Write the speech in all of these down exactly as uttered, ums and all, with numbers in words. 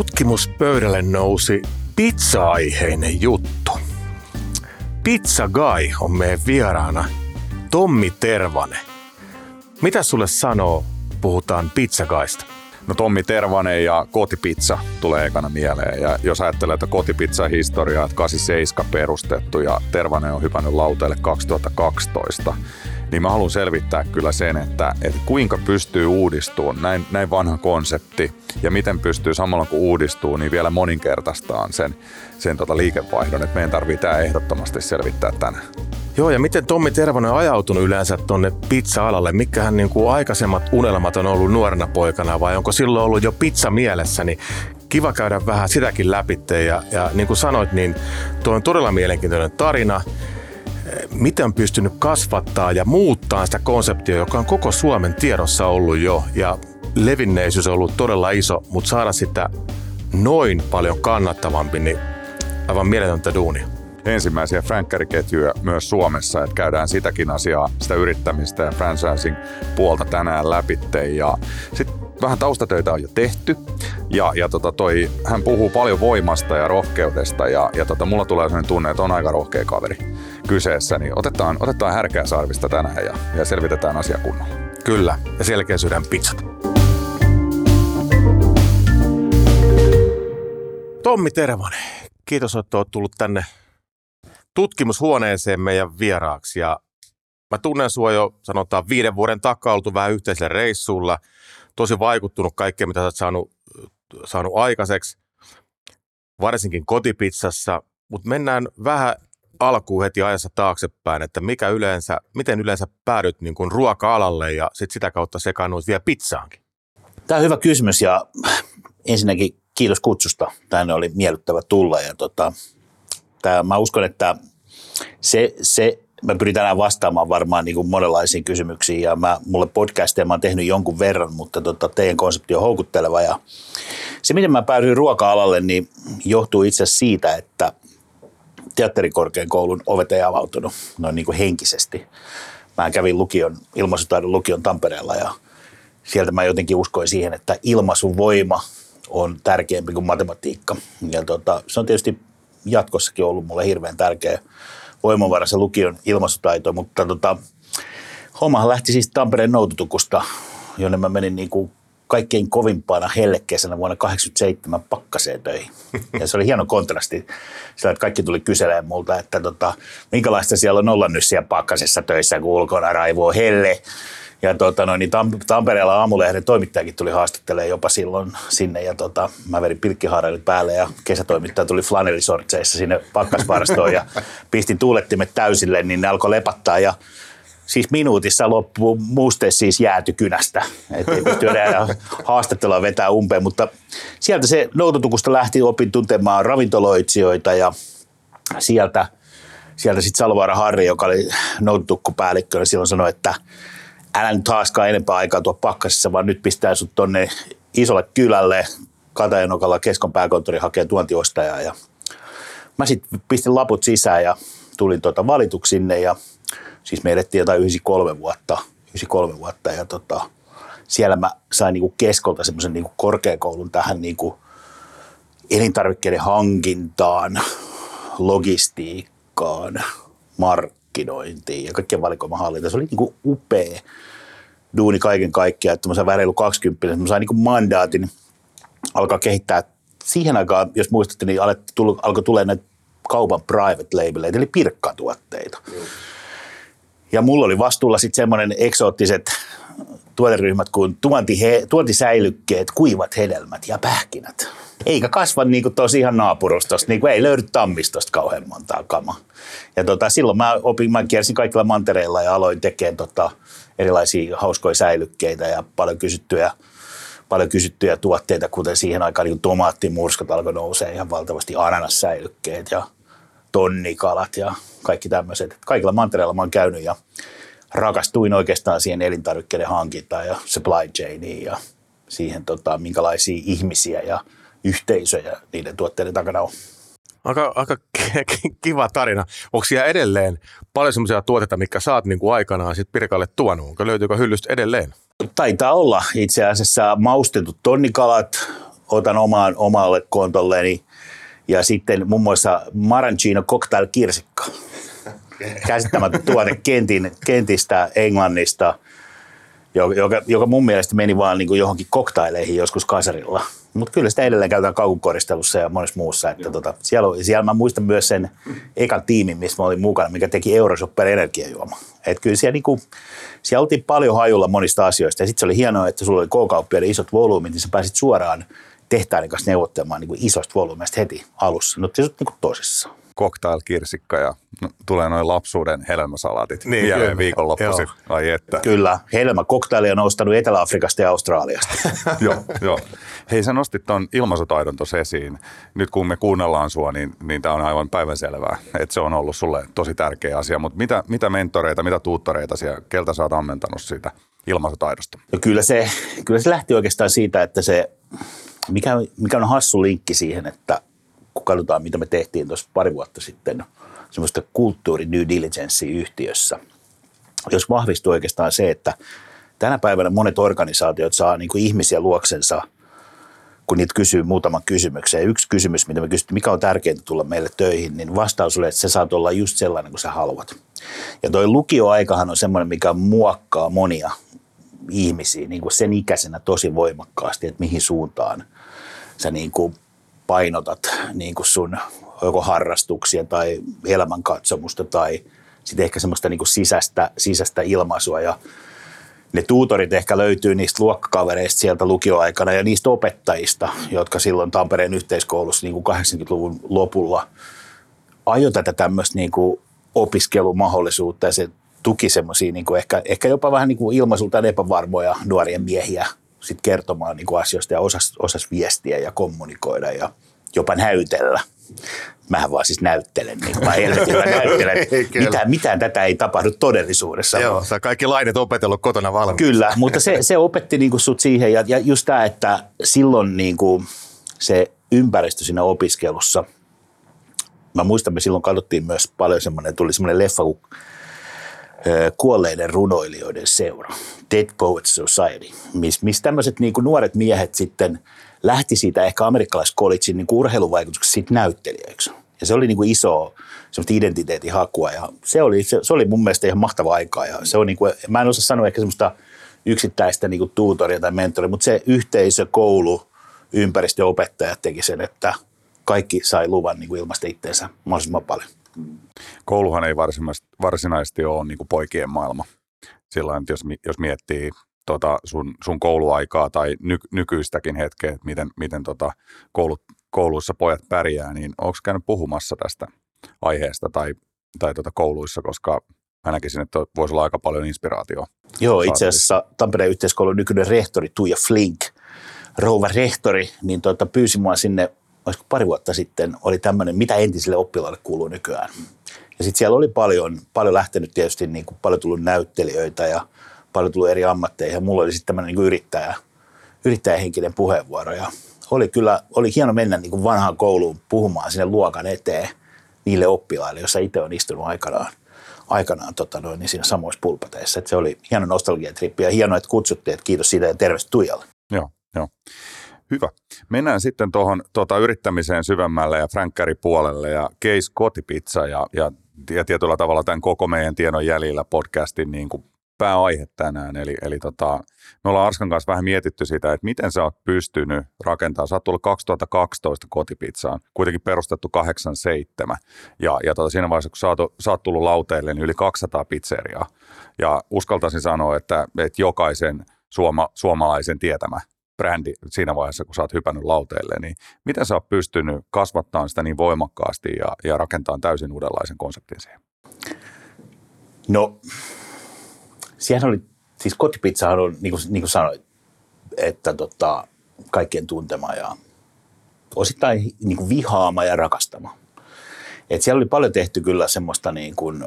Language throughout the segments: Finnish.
Tutkimuspöydälle nousi pizza-aiheinen juttu. Pizza Guy on meidän vieraana Tommi Tervanen. Mitä sulle sanoo, puhutaan Pizza Guysta? No Tommi Tervanen ja kotipizza tulee ekana mieleen. Ja jos ajattelee, että kotipizza historiaa, että kahdeksankymmentäseitsemän perustettu ja Tervanen on hypännyt lauteelle kaksituhattakaksitoista, niin mä haluan selvittää kyllä sen, että, että kuinka pystyy uudistumaan näin, näin vanha konsepti ja miten pystyy samalla kun uudistuu, niin vielä moninkertaistaan sen, sen tota liikevaihdon. Että meidän tarvitsee tämä ehdottomasti selvittää tänään. Joo, ja miten Tommi Tervanen on ajautunut yleensä tuonne pizza-alalle? Mikähän niin kuin aikaisemmat unelmat on ollut nuorena poikana vai onko silloin ollut jo pizza mielessä? Niin kiva käydä vähän sitäkin läpi. Ja, ja niin kuin sanoit, niin tuo on todella mielenkiintoinen tarina. Miten on pystynyt kasvattaa ja muuttaa sitä konseptia, joka on koko Suomen tiedossa ollut jo. Ja levinneisyys on ollut todella iso, mutta saada sitä noin paljon kannattavampi, niin aivan mieletöntä duunia. Ensimmäisiä franchise-ketjuja myös Suomessa, että käydään sitäkin asiaa, sitä yrittämistä ja franchising puolta tänään läpi. Ja sitten vähän taustatöitä on jo tehty ja, ja tota toi, hän puhuu paljon voimasta ja rohkeudesta ja, ja tota, mulla tulee sellainen tunne, että on aika rohkea kaveri kyseessä, niin otetaan, otetaan härkää sarvista tänään ja, ja selvitetään asia kunnolla. Kyllä, ja selkeä sydän pizzat. Tommi Tervanen, kiitos, että olet tullut tänne tutkimushuoneeseen meidän vieraaksi. Ja mä tunnen sua jo, sanotaan, viiden vuoden takaa oltu vähän yhteisellä reissulla. Tosi vaikuttunut kaikkeen, mitä sä oot saanut, saanut aikaiseksi, varsinkin kotipizzassa. Mutta mennään vähän alkuun heti ajassa taaksepäin, että mikä yleensä, miten yleensä päädyt niin kuin ruoka-alalle ja sit sitä kautta sekaannuit vielä pizzaankin? Tämä on hyvä kysymys ja ensinnäkin kiitos kutsusta. Tänne oli miellyttävä tulla ja tota, tää, mä uskon, että se, se mä pyrin tänään vastaamaan varmaan niin kuin monenlaisiin kysymyksiin ja mä, mulle podcasteja mä oon tehnyt jonkun verran, mutta tota, teidän konsepti on houkutteleva ja se, miten mä päädyin ruoka-alalle, niin johtuu itse asiassa siitä, että teatterikorkeakoulun ovet ei avautunut noin niin kuin henkisesti. Mä kävin lukion, ilmaisutaidon lukion Tampereella ja sieltä mä jotenkin uskoin siihen, että ilmaisun voima on tärkeämpi kuin matematiikka. Ja tota, se on tietysti jatkossakin ollut mulle hirveän tärkeä voimavara se lukion ilmaisutaito, mutta tota, hommahan lähti siis Tampereen Noutotukusta, jonne mä menin niin kuin kaikkein kovimpana hellekesänä vuonna kahdeksankymmentäseitsemän pakkaseen töihin. Ja se oli hieno kontrasti, sillä että kaikki tuli kyselemään multa, että tota, minkälaista siellä on olla nyt siellä pakkasessa töissä, kun ulkona raivoo helle. Ja tota, no, niin Tam- Tampereella Aamulehden toimittajakin tuli haastattelemaan jopa silloin sinne. Ja tota, mä vedin pilkkihaarailit päälle ja kesätoimittaja tuli flanellisortseissa sinne pakkasvarastoon ja pistin tuulettimet täysille, niin ne alkoi lepattaa. Ja siis minuutissa loppuu muuste siis jääty kynästä. Että ei pysty enää haastattelua vetää umpeen, mutta sieltä se Noutotukusta lähti, opin tuntemaan ravintoloitsijoita ja sieltä, sieltä sitten Salovaara Harri, joka oli Noutotukkupäällikkönä, silloin sanoi, että älä nyt haaskaa enempää aikaa tuo pakkasessa, vaan nyt pistää sut tonne isolle kylälle Katajanokalla keskon pääkonttori hakee tuontiostajaa. Ja mä sitten pistin laput sisään ja tulin tuota valituksi sinne ja siis me edettiin jotain yhdeksänkymmentäkolme vuotta, yhdeksänkymmentäkolme vuotta ja tota, siellä mä sain niinku keskolta semmoisen niinku korkeakoulun tähän niinku elintarvikkeiden hankintaan, logistiikkaan, markkinointiin ja kaikkien valikoimahallintaan. Se oli niinku upea duuni kaiken kaikkiaan, että mä sain vähän reilu kaksikymmentä, mä sain niinku mandaatin alkaa kehittää. Siihen aikaan, jos muistatte, niin alkoi tulemaan näitä kaupan private labeleita, eli pirkkatuotteita. Mm. Ja mulla oli vastuulla sitten semmoinen eksoottiset tuoteryhmät kuin tuontihe, tuontisäilykkeet, kuivat hedelmät ja pähkinät. Eikä kasva niin kuin tuossa ihan naapurustosta, niin kuin ei löydy tammistosta kauhean montaa kamaa. Ja tota, silloin mä opin, mä kiersin kaikilla mantereilla ja aloin tekemään tota, erilaisia hauskoja säilykkeitä ja paljon kysyttyjä, paljon kysyttyjä tuotteita, kuten siihen aikaan niin tomaattimurskat alkoi nousee ihan valtavasti, ananassäilykkeet ja tonnikalat ja kaikki tämmöiset. Kaikilla mantereilla mä oon käynyt ja rakastuin oikeastaan siihen elintarvikkeiden hankintaan ja supply chainiin ja siihen, tota, minkälaisia ihmisiä ja yhteisöjä niiden tuotteiden takana on. Aika, aika kiva tarina. Onko siellä edelleen paljon semmoisia tuotteita, mitkä sä oot niin kuin aikanaan sit Pirkalle tuonut? Onko löytyykö hyllystä edelleen? Taitaa olla itse asiassa maustetut tonnikalat otan omaan, omalle kontolleni. Ja sitten muun muassa Maraschino Cocktail Kirsikka. Käsittämättä tuote kentin, kentistä Englannista, joka, joka mun mielestä meni vaan niin kuin johonkin koktaileihin joskus kasarilla. Mutta kyllä sitä edelleen käytetään kaukukoristelussa ja monessa muussa. Että tota, siellä, siellä mä muistan myös sen ekan tiimin, missä mä olin mukana, mikä teki Euroshopper energiajuoma. Et kyllä siellä, niin kuin, siellä oltiin paljon hajulla monista asioista. Ja sitten se oli hienoa, että sulla oli K-kauppiaiden isot volyymit, niin sä pääsit suoraan tehtaiden kanssa neuvottelemaan niin kuin isosta volyymeista heti alussa. No se on niin kuin tosissaan. Cocktail-kirsikka ja no, tulee noin lapsuuden helmäsalaatit niin, mieleen viikonloppuisin. Ai että. Kyllä, helmäcocktaili on nostanut Etelä-Afrikasta ja Australiasta. joo, joo. Hei, sä nostit ton ilmaisutaidon tuossa esiin. Nyt kun me kuunnellaan sua, niin, niin tämä on aivan päivänselvää, että se on ollut sulle tosi tärkeä asia. Mutta mitä, mitä mentoreita, mitä tuuttoreita siellä, keltä sä oot ammentanut siitä ilmaisutaidosta? No kyllä, se, kyllä se lähti oikeastaan siitä, että se, mikä, mikä on hassu linkki siihen, että kun katsotaan, mitä me tehtiin tuossa pari vuotta sitten, semmoista kulttuuri due diligencea yhtiössä, jos vahvistuu oikeastaan se, että tänä päivänä monet organisaatiot saa niin kuin ihmisiä luoksensa, kun niitä kysyy muutaman kysymyksen. Ja yksi kysymys, mitä me kysyttiin, mikä on tärkeintä tulla meille töihin, niin vastaus oli, että sä saat olla just sellainen kuin sä haluat. Ja toi lukioaikahan on semmoinen, mikä muokkaa monia ihmisiä niin kuin sen ikäisenä tosi voimakkaasti, että mihin suuntaan sä niin kuin painotat niin kuin sun joko harrastuksia tai elämänkatsomusta tai sitten ehkä semmoista niin kuin sisäistä, sisäistä ilmaisua. Ja ne tuutorit ehkä löytyy niistä luokkakavereista sieltä lukioaikana ja niistä opettajista, jotka silloin Tampereen yhteiskoulussa niin kuin kahdeksankymmentäluvun lopulla ajoi tätä tämmöistä niin kuin opiskelumahdollisuutta ja se tuki semmoisia niin kuin ehkä, ehkä jopa vähän niin kuin ilmaisultaan epävarmoja nuoria miehiä sit kertomaan niin kuin asioista ja osas, osas viestiä ja kommunikoida ja jopa näytellä. Mähän vaan siis näyttelen, niin kuin mä helvetin näyttelen. Mitään, mitään tätä ei tapahdu todellisuudessa. Joo, sä kaikki lainet opetellut kotona valmiiksi. Kyllä, mutta se, se opetti niin kuin sut siihen ja, ja just tämä, että silloin niin kuin se ympäristö siinä opiskelussa, mä muistan, me silloin katsottiin myös paljon semmoinen, tuli semmoinen leffa kuin Kuolleiden runoilijoiden seura, Dead Poets Society, missä mis tämmöiset niin kuin nuoret miehet sitten lähti siitä ehkä amerikkalaiskollegin niin kuin urheiluvaikutuksesta siitä näyttelijöiksi. Ja se oli niin kuin iso semmoista identiteetin hakua ja se oli, se, se oli mun mielestä ihan mahtava aikaa. Ja se on niin kuin, mä en osaa sanoa ehkä semmoista yksittäistä niin kuin tuutoria tai mentoria, mutta se yhteisö, koulu, ympäristö ja opettajat teki sen, että kaikki sai luvan niin kuin ilmaista itseensä mahdollisimman paljon. Kouluhan ei varsinaisesti, varsinaisesti ole niin kuin poikien maailma. Silloin, jos, jos miettii tota sun, sun kouluaikaa tai ny, nykyistäkin hetkeä, että miten, miten tota koulut, kouluissa pojat pärjää, niin onko käynyt puhumassa tästä aiheesta tai, tai tota kouluissa, koska mä näkisin, että voisi olla aika paljon inspiraatioa. Joo, itse asiassa Tampereen yhteiskoulun nykyinen rehtori Tuija Flink, rouva rehtori, niin tota, pyysi mua sinne, olisiko pari vuotta sitten, oli tämmöinen, mitä entisille oppilaille kuuluu nykyään. Ja sitten siellä oli paljon, paljon lähtenyt tietysti, niin kuin paljon tullut näyttelijöitä ja paljon tullut eri ammatteihin. Ja mulla oli sitten tämmöinen niin kuin yrittäjä, yrittäjähenkinen puheenvuoro. Ja oli kyllä, oli hieno mennä niin kuin vanhaan kouluun puhumaan sinne luokan eteen niille oppilaille, jossa itse on istunut aikanaan, aikanaan tota noin, niin siinä samoissa pulpateissa. Et se oli hieno nostalgiatrippi ja hienoa, että kutsuttiin. Että kiitos siitä ja terveistä Tuijalle. Joo, joo. Hyvä. Mennään sitten tuohon tuota, yrittämiseen syvemmälle ja fränkkäripuolelle ja Case Kotipizza ja, ja, ja tietyllä tavalla tämän koko meidän tiedon jäljillä podcastin niin kuin pääaihe tänään. Eli, eli tota, me ollaan Arskan kanssa vähän mietitty sitä, että miten sä oot pystynyt rakentamaan. Sä oot tullut kaksituhattakaksitoista Kotipizzaan, kuitenkin perustettu kahdeksankymmentäseitsemän. Ja, ja tota, siinä vaiheessa, kun sä oot, sä oot tullut lauteille, niin yli kaksisataa pizzeriaa. Ja uskaltaisin sanoa, että, että jokaisen suoma, suomalaisen tietämä brändi siinä vaiheessa, kun sä oot hypännyt lauteille, niin miten sä oot pystynyt kasvattamaan sitä niin voimakkaasti ja, ja rakentamaan täysin uudenlaisen konseptin siihen? No, siihen oli, siis Kotipizzahan on, niin kuin, niin kuin sanoit, että tota, kaikkien tuntema ja osittain niin kuin vihaama ja rakastama. Et siellä oli paljon tehty kyllä semmoista niin kuin,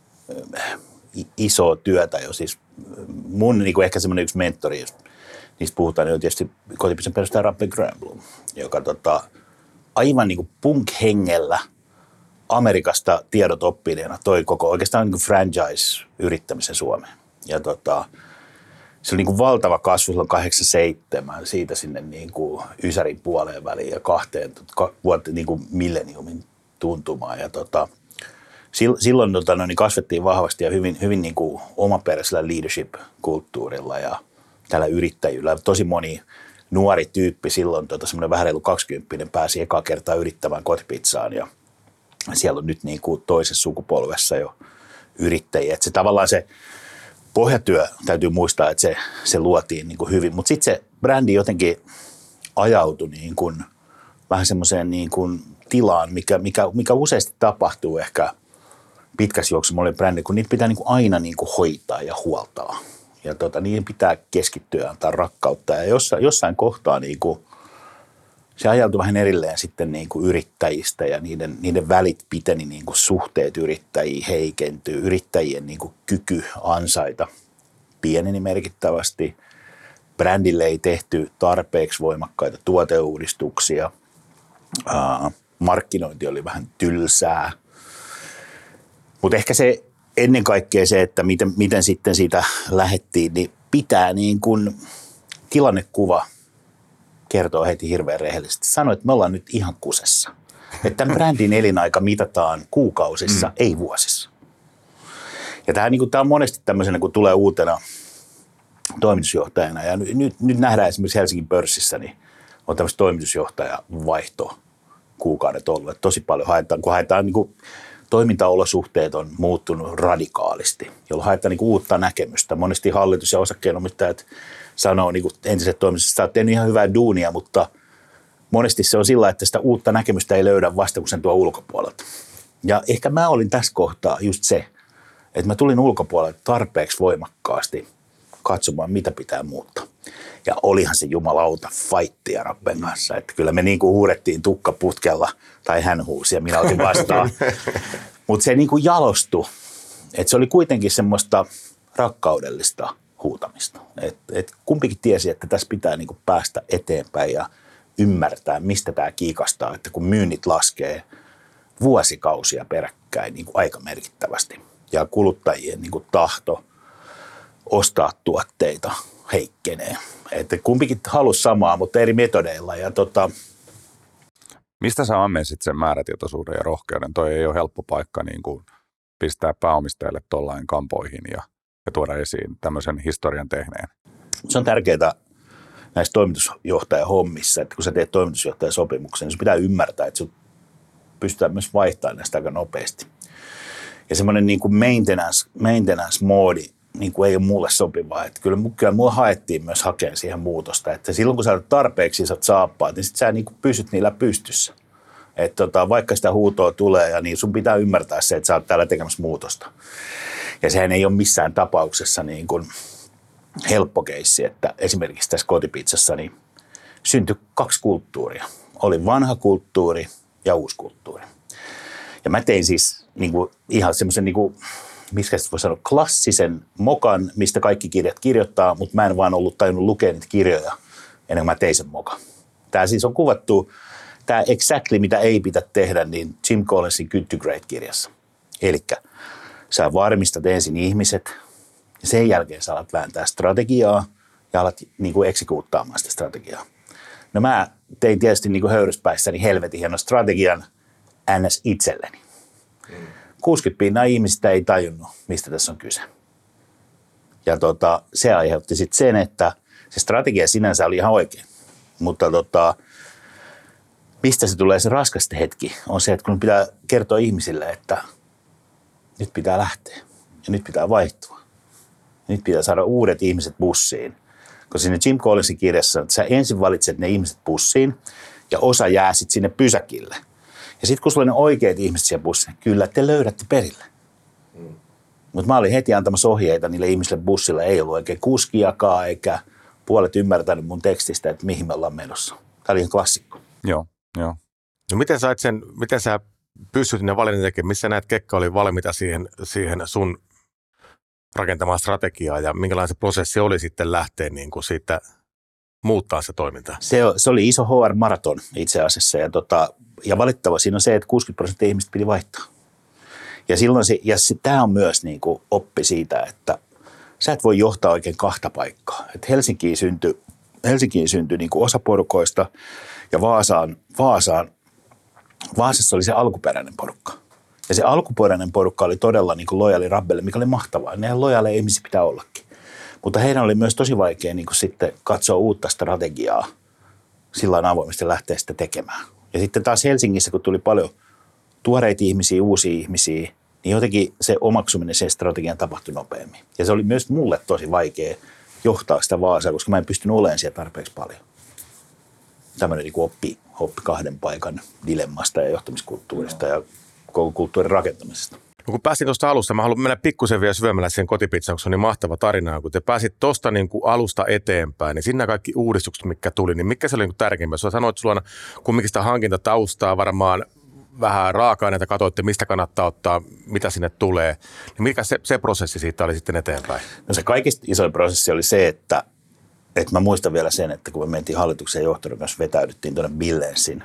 isoa työtä jo, siis mun niin kuin ehkä semmoinen yksi mentori, jos niistä puhutaan, niin on tietysti Kotipizzan perustaja Rappe Grönblum, joka tota, aivan niin kuin punk-hengellä Amerikasta tiedot oppineena toi koko oikeastaan niin kuin franchise-yrittämisen Suomeen. Ja tota, se oli niin kuin valtava kasvu silloin kahdeksankymmentäseitsemän siitä sinne niin kuin Ysärin puoleen väliin ja kahteen vuoteen niin kuin milleniumin tuntumaan. Ja tota, silloin tota, no, niin kasvettiin vahvasti ja hyvin, hyvin niin kuin omaperäisellä leadership-kulttuurilla ja tällä yrittäjyydellä. Tosi moni nuori tyyppi silloin, tota, semmoinen vähän reilu kaksikymppinen, pääsi ekaa kertaa yrittämään kotipizzaan ja siellä on nyt niin kuin toisessa sukupolvessa jo yrittäjiä. Että se tavallaan se pohjatyö täytyy muistaa, että se, se luotiin niin kuin hyvin, mutta sitten se brändi jotenkin ajautui niin kuin vähän semmoiseen niin kuin tilaan, mikä, mikä, mikä useasti tapahtuu ehkä pitkässä juoksussa monille brändille, kun niitä pitää niin kuin aina niin kuin hoitaa ja huoltaa. Ja tota, niihin pitää keskittyä ja antaa rakkautta. Ja jossain, jossain kohtaa niin kuin, se ajautui vähän erilleen sitten niin kuin yrittäjistä ja niiden, niiden välit piteni, niin kuin suhteet yrittäjiin heikentyy. Yrittäjien niin kuin kyky ansaita pieneni merkittävästi. Brändille ei tehty tarpeeksi voimakkaita tuoteuudistuksia. Ää, markkinointi oli vähän tylsää. Mutta ehkä se ennen kaikkea se, että miten, miten sitten siitä lähdettiin, niin pitää niin kuin tilannekuva kertoo heti hirveän rehellisesti. Sanoi, että me ollaan nyt ihan kusessa. Että tämän brändin elinaika mitataan kuukausissa, mm. ei vuosissa. Ja tämä, niin kuin, tämä on monesti tämmöisenä, kun tulee uutena toimitusjohtajana. Ja nyt, nyt, nyt nähdään esimerkiksi Helsingin pörssissä, niin on tämmöistä toimitusjohtajavaihtoa kuukaudet ollut. Että tosi paljon haetaan, kun haetaan niin kuin, toimintaolosuhteet on muuttunut radikaalisti, jolloin haetaan niin kuin uutta näkemystä. Monesti hallitus ja osakkeenomistajat sanoo niin kuin entiset toimitukset, että sä oot tehnyt ihan hyvää duunia, mutta monesti se on sillä, että sitä uutta näkemystä ei löydä vasta, kun sen tuo ulkopuolelta. Ja ehkä mä olin tässä kohtaa just se, että mä tulin ulkopuolelta tarpeeksi voimakkaasti katsomaan, mitä pitää muuttaa. Ja olihan se jumalauta fightia Rappen kanssa, että kyllä me niin kuin huudettiin tukkaputkella, tai hän huusi ja minä otin vastaan. Mutta se niin kuin jalostui, että se oli kuitenkin semmoista rakkaudellista huutamista. Et, et kumpikin tiesi, että tässä pitää niin kuin päästä eteenpäin ja ymmärtää, mistä tämä kiikastaa, että kun myynnit laskee vuosikausia peräkkäin niin kuin aika merkittävästi ja kuluttajien niin kuin tahto ostaa tuotteita heikkenee. Että kumpikin halusi samaa, mutta eri metodeilla. Ja tota... Mistä sä ammensit sen määrätietoisuuden ja rohkeuden? Toi ei ole helppo paikka niin kuin pistää pääomistajille tollain kampoihin ja, ja tuoda esiin tämmöisen historian tehneen. Se on tärkeää näissä toimitusjohtajahommissa, että kun sä teet toimitusjohtajasopimuksen, niin sun pitää ymmärtää, että sun pystytään myös vaihtamaan näistä aika nopeasti. Ja semmoinen niin kuin maintenance, maintenance-moodi niin kuin ei ole mulle sopivaa. Että kyllä, kyllä mua haettiin myös hakemaan siihen muutosta. Että silloin kun sä olet tarpeeksi isot saappaat, niin sit sä niin kuin pysyt niillä pystyssä. Että tota, vaikka sitä huutoa tulee, ja niin sun pitää ymmärtää se, että sä oot täällä tekemässä muutosta. Ja sehän ei ole missään tapauksessa niin kuin helppo keissi, että esimerkiksi tässä kotipizzassa niin syntyi kaksi kulttuuria. Oli vanha kulttuuri ja uusi kulttuuri. Ja mä tein siis niin kuin, ihan semmoisen, niin kuin, miskä voi sanoa, klassisen mokan, mistä kaikki kirjat kirjoittaa, mutta mä en vaan ollut tajunnut lukea niitä kirjoja ennen kuin mä tein sen mokan. Tämä siis on kuvattu, tämä exactly mitä ei pitää tehdä, niin Jim Collinsin Good to Great-kirjassa. Elikkä sä varmistat ensin ihmiset, ja sen jälkeen sä alat vääntää strategiaa ja alat niin kuin eksekuuttaamaan sitä strategiaa. No mä tein tietysti niin kuin höyryspäissäni helvetin hienon strategian ns. Itselleni. kuusikymmentä pinnaa ihmisistä ei tajunnut, mistä tässä on kyse. Ja tota, se aiheutti sitten sen, että se strategia sinänsä oli ihan oikein. Mutta tota, mistä se tulee se raskas hetki, on se, että kun pitää kertoa ihmisille, että nyt pitää lähteä ja nyt pitää vaihtua. Nyt pitää saada uudet ihmiset bussiin. Koska siinä Jim Collinsin kirjassa, että sä ensin valitset ne ihmiset bussiin ja osa jää sitten sinne pysäkille. Ja sitten kun sulla on ne oikeat ihmiset siellä bussilla, kyllä te löydätte perille. Mm. Mutta mä olin heti antamassa ohjeita niille ihmisille bussilla. Ei ollut oikein kuskiakaan eikä puolet ymmärtänyt mun tekstistä, että mihin me ollaan menossa. Tämä oli ihan klassikko. Joo, joo. No miten sait sen, miten sä pystyt ne valinnan tekemään? Missä näet Kekka oli valmiita siihen, siihen sun rakentamaan strategiaa ja minkälainen se prosessi oli sitten lähteä niin kuin siitä muuttaa se toimintaa? Se, se oli iso H R-maraton itse asiassa ja, tota, ja valittava siinä on se, että kuusikymmentä prosenttia ihmistä piti vaihtaa. Ja silloin se, ja se, tämä on myös niin kuin oppi siitä, että sä et voi johtaa oikein kahta paikkaa. Et Helsinkiin syntyi, Helsinkiin syntyi niin kuin osa porukoista ja Vaasaan, Vaasaan, Vaasassa oli se alkuperäinen porukka. Ja se alkuperäinen porukka oli todella niin kuin lojaali Rabbelle, mikä oli mahtavaa. Nehän lojaaleja ihmisiä pitää ollakin. Mutta heidän oli myös tosi vaikea niin kuin sitten katsoa uutta strategiaa sillä lailla avoimesti lähteä sitä tekemään. Ja sitten taas Helsingissä, kun tuli paljon tuoreita ihmisiä, uusia ihmisiä, niin jotenkin se omaksuminen sen strategian tapahtui nopeammin. Ja se oli myös mulle tosi vaikea johtaa sitä Vaasaa, koska mä en pystynyt olemaan siellä tarpeeksi paljon. Tämmöinen niin kuin oppi, oppi kahden paikan dilemmasta ja johtamiskulttuurista ja koko kulttuurin rakentamisesta. No kun pääsin tuosta alusta, mä haluan mennä pikkusen vielä syvemmällä sen kotipizzaan, koska se on niin mahtava tarina. Kun te pääsit tuosta niin kuin alusta eteenpäin, niin siinä kaikki uudistukset, mitkä tuli, niin mikä se oli niin tärkeimmä? Sä sanoit, että sulla on kumminkin sitä hankintataustaa, varmaan vähän raaka-aineita, katsoitte, mistä kannattaa ottaa, mitä sinne tulee. Niin mikä se, se prosessi siitä oli sitten eteenpäin? No se kaikista isoin prosessi oli se, että, että mä muistan vielä sen, että kun me mentiin hallituksen johtoon kanssa, vetäydyttiin tuonne Billensin,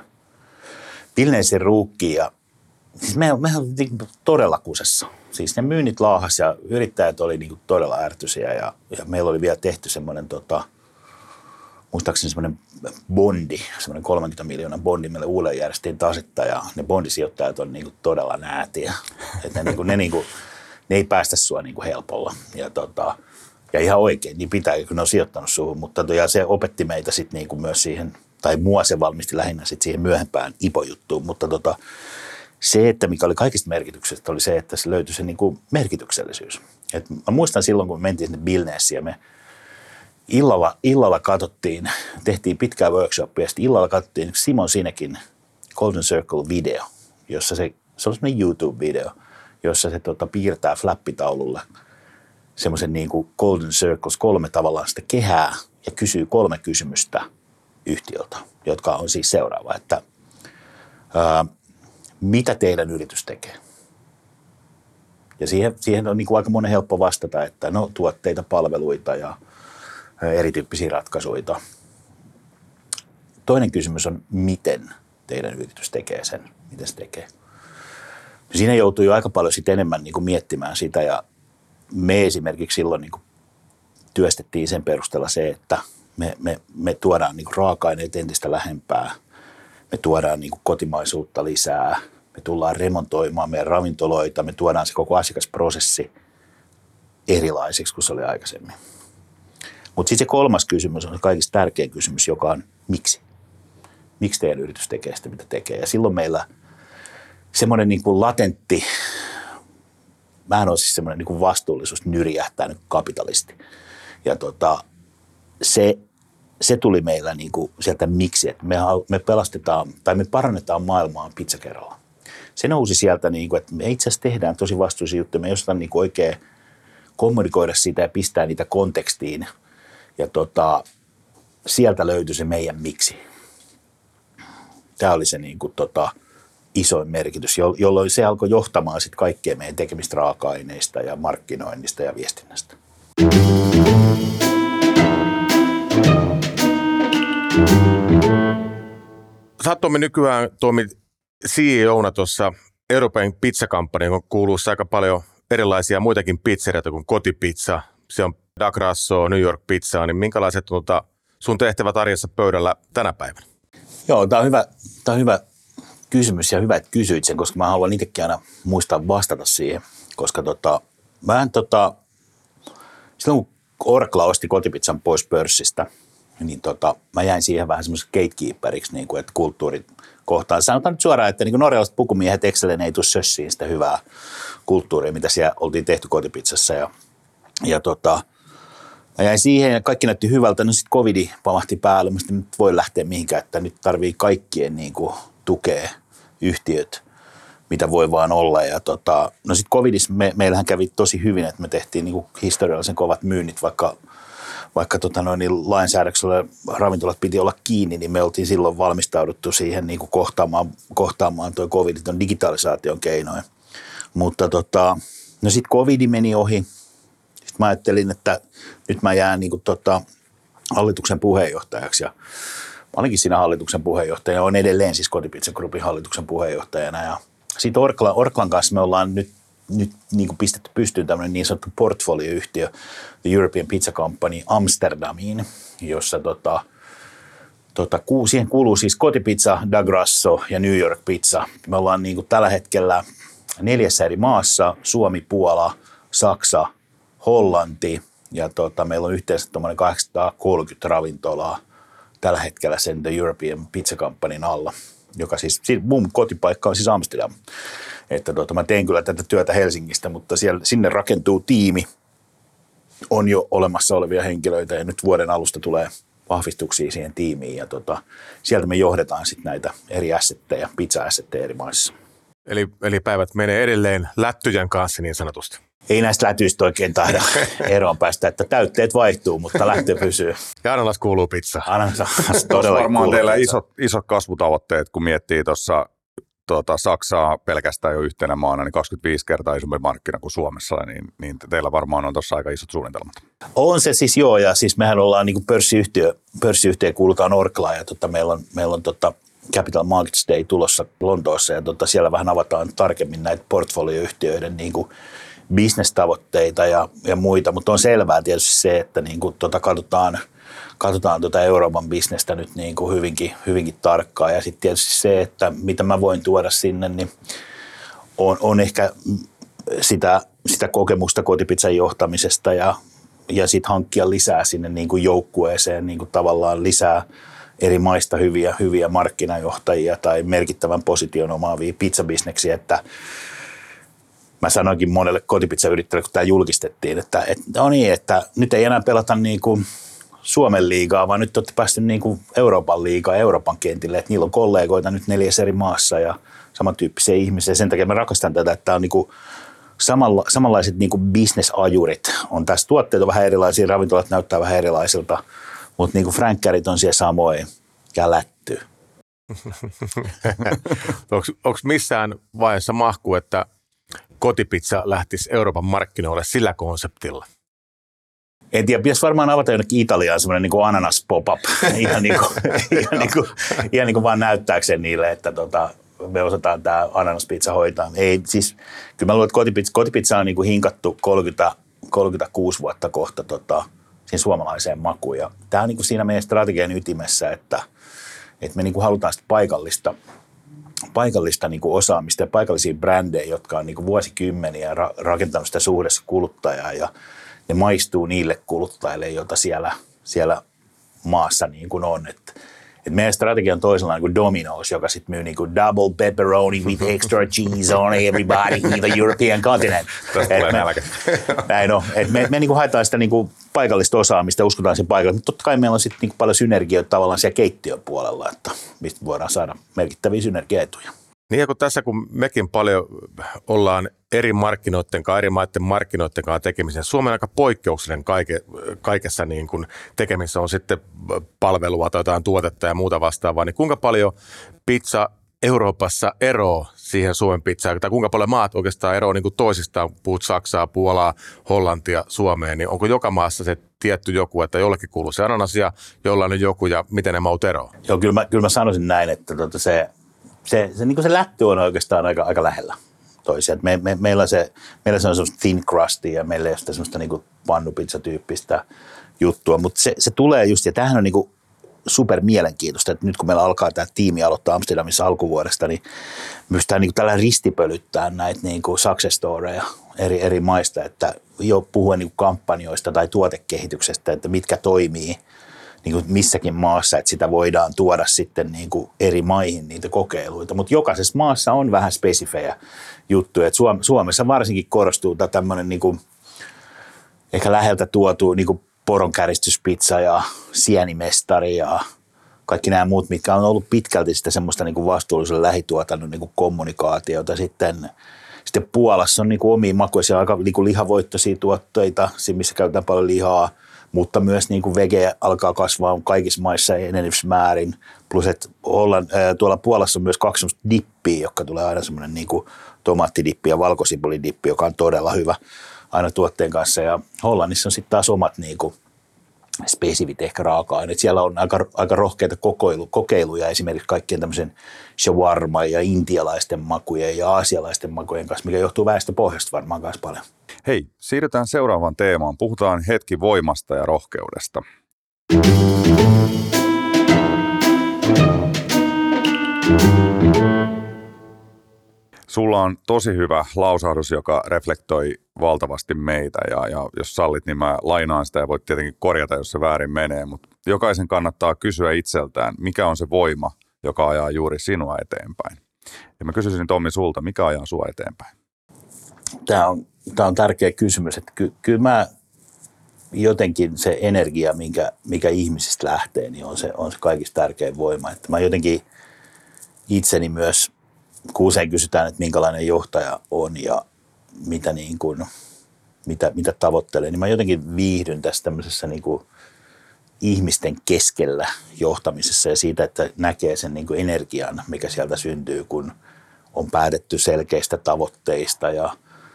Billensin ruukkiin ja siis mehän me oltiin todella kusessa. Siis ne myynnit laahas ja yrittäjät oli niin kuin todella ärtyisiä ja, ja meillä oli vielä tehty semmoinen, tota, muistaakseni semmoinen bondi, semmoinen kolmekymmentä miljoonan bondi, meille uudelleen järjestettiin tasetta ja ne bondisijoittajat on niin kuin todella näätiä. Että ne, niin kuin, ne, niin kuin, ne ei päästä sua niin kuin helpolla. Ja, tota, ja ihan oikein, niin pitää, kun ne on sijoittanut suhun, mutta ja se opetti meitä sitten niin kuin myös siihen, tai mua se valmisti lähinnä sitten siihen myöhempään I P O-juttuun, mutta tota, se, että mikä oli kaikista merkityksestä, oli se, että se löytyi se niin kuin merkityksellisyys. Et mä muistan silloin, kun me mentiin sinne Billnessiin ja me illalla, illalla katsottiin, tehtiin pitkää workshoppia ja sitten illalla katsottiin Simon Sinekin Golden Circle-video, jossa se, se oli semmoinen YouTube-video, jossa se tota, piirtää flappitaululle semmoisen niin kuin Golden Circles, kolme tavallaan sitä kehää ja kysyy kolme kysymystä yhtiöltä, jotka on siis seuraava, että ää, mitä teidän yritys tekee? Ja siihen, siihen on niin kuin aika monen helppo vastata, että no tuotteita, palveluita ja erityyppisiä ratkaisuja. Toinen kysymys on, miten teidän yritys tekee sen, miten se tekee. Siinä joutuu jo aika paljon sit enemmän niin kuin miettimään sitä ja me esimerkiksi silloin niin kuin työstettiin sen perusteella se, että me, me, me tuodaan niin kuin raaka-aineet entistä lähempää. Me tuodaan niin kuin kotimaisuutta lisää, me tullaan remontoimaan meidän ravintoloita, me tuodaan se koko asiakasprosessi erilaiseksi kuin se oli aikaisemmin. Mutta sitten se kolmas kysymys on se kaikista tärkein kysymys, joka on miksi? Miksi teidän yritys tekee sitä, mitä tekee? Ja silloin meillä semmoinen niin kuin latentti, mä en ole siis semmoinen niin kuin vastuullisuus nyrjähtänyt kapitalisti. Ja tota, se... Se tuli meillä niin kuin sieltä miksi, että me, me pelastetaan tai me parannetaan maailmaa pizza kerralla. Se nousi sieltä, niin kuin, että me itse asiassa tehdään tosi vastuullisia juttuja. Me ei osata niin kuin oikein kommunikoida sitä ja pistää niitä kontekstiin. Ja tota, sieltä löytyi se meidän miksi. Tämä oli se niin kuin, tota, isoin merkitys, jolloin se alkoi johtamaan sit kaikkea meidän tekemistä raaka-aineista ja markkinoinnista ja viestinnästä. Sä oot, Tomi, nykyään toimit C E O:na tuossa Euroopan pizzakampanjaan, kun kuuluu aika paljon erilaisia muitakin pizzerioita kuin kotipizza. Se on Da Grasso, New York Pizza, niin minkälaiset tuota, sun tehtävät arjessa pöydällä tänä päivänä? Joo, tämä on hyvä, tää on hyvä kysymys ja hyvä, että kysyit sen, koska mä haluan itsekin aina muistaa vastata siihen, koska tota, mä en tota, silloin kun Orkla osti kotipizzan pois pörssistä, niin tota, mä jäin siihen vähän semmoisessa gatekeeperiksi, niin kuin, että kulttuurit kohtaan. Sanotaan nyt suoraan, että niin kuin norjalaiset pukumiehet Excelen ei tule sössiin sitä hyvää kulttuuria, mitä siellä oltiin tehty kotipizzassa. Ja, ja tota, mä jäin siihen ja kaikki näytti hyvältä. No sitten covidi pamahti päälle. Mä sitten nyt voi lähteä mihinkään, että nyt tarvii kaikkien niin kuin, tukea yhtiöt, mitä voi vaan olla. Ja tota, no sitten covidissa me, meillähän kävi tosi hyvin, että me tehtiin niin kuin historiallisen kovat myynnit, vaikka Vaikka tota noin, niin lainsäädöksellä ravintolat piti olla kiinni, niin me oltiin silloin valmistauduttu siihen niin kuin kohtaamaan, kohtaamaan toi covid on digitalisaation keinoin. Mutta tota, no sitten covid meni ohi. Sitten mä ajattelin, että nyt mä jään niin kuin tota hallituksen puheenjohtajaksi. Ja mä olinkin siinä hallituksen puheenjohtajana, on edelleen siis Kotipizza Groupin hallituksen puheenjohtajana. Ja sitten Orklan, Orklan kanssa me ollaan nyt nyt niin kuin pistetty pystyyn tämmöinen niin sanottu portfolioyhtiö, The European Pizza Company Amsterdamiin, jossa tota, tota, siihen kuuluu siis Kotipizza, Da Grasso ja New York Pizza. Me ollaan niin kuin tällä hetkellä neljässä eri maassa, Suomi, Puola, Saksa, Hollanti ja tota, meillä on yhteensä kahdeksansataakolmekymmentä ravintolaa tällä hetkellä sen The European Pizza Companyn alla, joka siis, mun kotipaikka on siis Amsterdam. Että tota, mä teen kyllä tätä työtä Helsingistä, mutta siellä, sinne rakentuu tiimi, on jo olemassa olevia henkilöitä ja nyt vuoden alusta tulee vahvistuksia siihen tiimiin ja tota, sieltä me johdetaan sitten näitä eri assetteja, pizza-assetteja eri maissa. Eli, eli päivät menee edelleen lättyjen kanssa niin sanotusti. Ei näistä lätyistä oikein taida eroon päästä, että täytteet vaihtuu, mutta lähtö pysyy. Ja ananas kuuluu pizza. Ananas todella varmaan kuuluu teillä pizza. isot, isot kasvutavoitteet, kun miettii tuossa tuota, Saksaa pelkästään jo yhtenä maana, niin kaksikymmentäviisi kertaa isompi markkina kuin Suomessa, niin, niin teillä varmaan on tuossa aika isot suunnitelmat. On se siis joo, ja siis mehän ollaan niin kuin pörssiyhtiö, pörssiyhtiö kuulutaan Orklaan, ja tota, meillä on, meillä on tota Capital Markets Day tulossa Lontoossa, ja tota, siellä vähän avataan tarkemmin näitä portfolioyhtiöiden niin kuin bisnestavoitteita ja, ja muita, mutta on selvää tietysti se, että niin kuin, tota, katsotaan, katsotaan tota Euroopan bisnestä nyt niin kuin hyvinkin, hyvinkin tarkkaan, ja sitten tietysti se, että mitä mä voin tuoda sinne, niin on, on ehkä sitä, sitä kokemusta kotipizzan johtamisesta ja, ja sitten hankkia lisää sinne niin kuin joukkueeseen niin kuin tavallaan lisää eri maista hyviä, hyviä markkinajohtajia tai merkittävän position omaavia pizzabisneksiä, että mä sanoinkin monelle kotipizzayrittäjälle, kun tämä julkistettiin, että, että no niin, että nyt ei enää pelata niin kuin Suomen liigaa, vaan nyt olette päässeet niin kuin Euroopan liigaa, Euroopan kentille, että niillä on kollegoita nyt neljässä eri maassa ja samantyyppisiä ihmisiä. Sen takia mä rakastan tätä, että tämä on niin kuin samalla, samanlaiset niin kuin business-ajurit. On tässä tuotteet on vähän erilaisia, ravintolat näyttää vähän erilaisilta, mutta niin kuin fränkkärit on siellä samoin ja lätty. Onko missään vaiheessa mahku, että kotipizza lähtisi Euroopan markkinoille sillä konseptilla? En tiedä, pitäisi varmaan avata jonnekin Italiaan semmoinen niin kuin ananas pop-up, ihan, niin kuin, ihan, niin kuin, ihan niin kuin vaan näyttääkseen niille, että tota, me osataan tämä ananaspizza hoitaa. Ei, siis, kyllä mä luulen, että kotipizza, kotipizza on niin kuin hinkattu kolmekymmentä, kolmekymmentäkuusi vuotta kohta tota, siihen suomalaiseen makuun. Ja tämä on niin kuin siinä meidän strategian ytimessä, että, että me niin kuin halutaan sitä paikallista, paikallista niin kuin osaamista ja paikallisia brändejä, jotka on niin kuin vuosikymmeniä ra- rakentanut sitä suhdessa kuluttajaa ja ne maistuu niille kuluttajille, joita siellä, siellä maassa niin kuin on. Et, et meidän strategia on toisenlainen kuin Domino's, joka sitten myy niin kuin double pepperoni with extra cheese on everybody in the European continent. Tästä tulee nälkä. Näin on. Et me me niin kuin haetaan sitä niin kuin paikallista osaamista ja uskotaan sen paikalle. Mutta totta kai meillä on sitten niin kuin paljon synergioita tavallaan siellä keittiön puolella, että mistä voidaan saada merkittäviä synergiaetuja. Niin ja kun tässä kun mekin paljon ollaan eri markkinoiden kanssa, eri maiden markkinoiden kanssa tekemisen, Suomen aika poikkeuksellinen kaike, kaikessa niin kuin tekemisessä on sitten palvelua tai jotain tuotetta ja muuta vastaavaa, niin kuinka paljon pizza Euroopassa eroaa siihen Suomen pizzaan, tai kuinka paljon maat oikeastaan eroaa niin kuin toisistaan, puhut Saksaa, Puolaa, Hollantia, Suomeen, niin onko joka maassa se tietty joku, että jollekin kuuluu se ananas ja jollain on joku ja miten ne maut eroaa? Joo, kyllä mä, kyllä mä sanoisin näin, että tota se Se, se, niin se lätty on oikeastaan aika, aika lähellä toisia. Me, me, meillä, se, meillä se on semmoista thin crustia ja meillä ei ole semmoista niin pannupizza-tyyppistä juttua, mutta se, se tulee just, ja tämähän on niin kuin super mielenkiintoista, että nyt kun meillä alkaa tämä tiimi aloittaa Amsterdamissa alkuvuodesta, niin myös tämä niin tällä ristipölyttää näitä niin kuin success storeja eri, eri maista, että jo puhuen niin kampanjoista tai tuotekehityksestä, että mitkä toimii niin kuin missäkin maassa, että sitä voidaan tuoda sitten niin kuin eri maihin niitä kokeiluita. Mutta jokaisessa maassa on vähän spesifejä juttuja. Et Suomessa varsinkin korostuu tämmöinen niin kuin ehkä läheltä tuotu niin kuin poronkäristyspizza ja sienimestari ja kaikki nämä muut, mitkä on ollut pitkälti sitä semmoista niin kuin vastuullisen lähituotannon niin kuin kommunikaatiota. Sitten, sitten Puolassa on niin kuin omia makuja, siellä aika niin kuin lihavoittoisia tuotteita, missä käytetään paljon lihaa, mutta myös niin kuin vege alkaa kasvaa kaikissa maissa enenevissä määrin. Plus, että ollaan, ää, tuolla Puolassa on myös kaksi semmoista dippiä, jotka tulee aina semmoinen niin kuin tomaattidippi ja valkosipulidippi, joka on todella hyvä aina tuotteen kanssa. Ja Hollannissa on sitten taas omat niin kuin spesifit ehkä raaka-aineet. Siellä on aika, aika rohkeita kokeilu, kokeiluja esimerkiksi kaikkien tämmöisen shawarma ja intialaisten makujen ja aasialaisten makujen kanssa, mikä johtuu väestöpohjasta varmaan myös paljon. Hei, siirrytään seuraavaan teemaan. Puhutaan hetki voimasta ja rohkeudesta. Sulla on tosi hyvä lausahdus, joka reflektoi valtavasti meitä ja, ja jos sallit, niin mä lainaan sitä ja voit tietenkin korjata, jos se väärin menee, mutta jokaisen kannattaa kysyä itseltään, mikä on se voima, joka ajaa juuri sinua eteenpäin. Ja mä kysyisin Tommi sulta, mikä ajaa sua eteenpäin? Tämä on, tämä on tärkeä kysymys, että ky, kyllä mä jotenkin se energia, minkä, mikä ihmisistä lähtee, niin on se, on se kaikista tärkein voima. Että mä jotenkin itseni myös, kun usein kysytään, että minkälainen johtaja on ja mitä, niin kuin, mitä, mitä tavoittelee, niin mä jotenkin viihdyn tässä tämmöisessä niin kuin ihmisten keskellä johtamisessa ja siitä, että näkee sen niin kuin energian, mikä sieltä syntyy, kun on päätetty selkeistä tavoitteista ja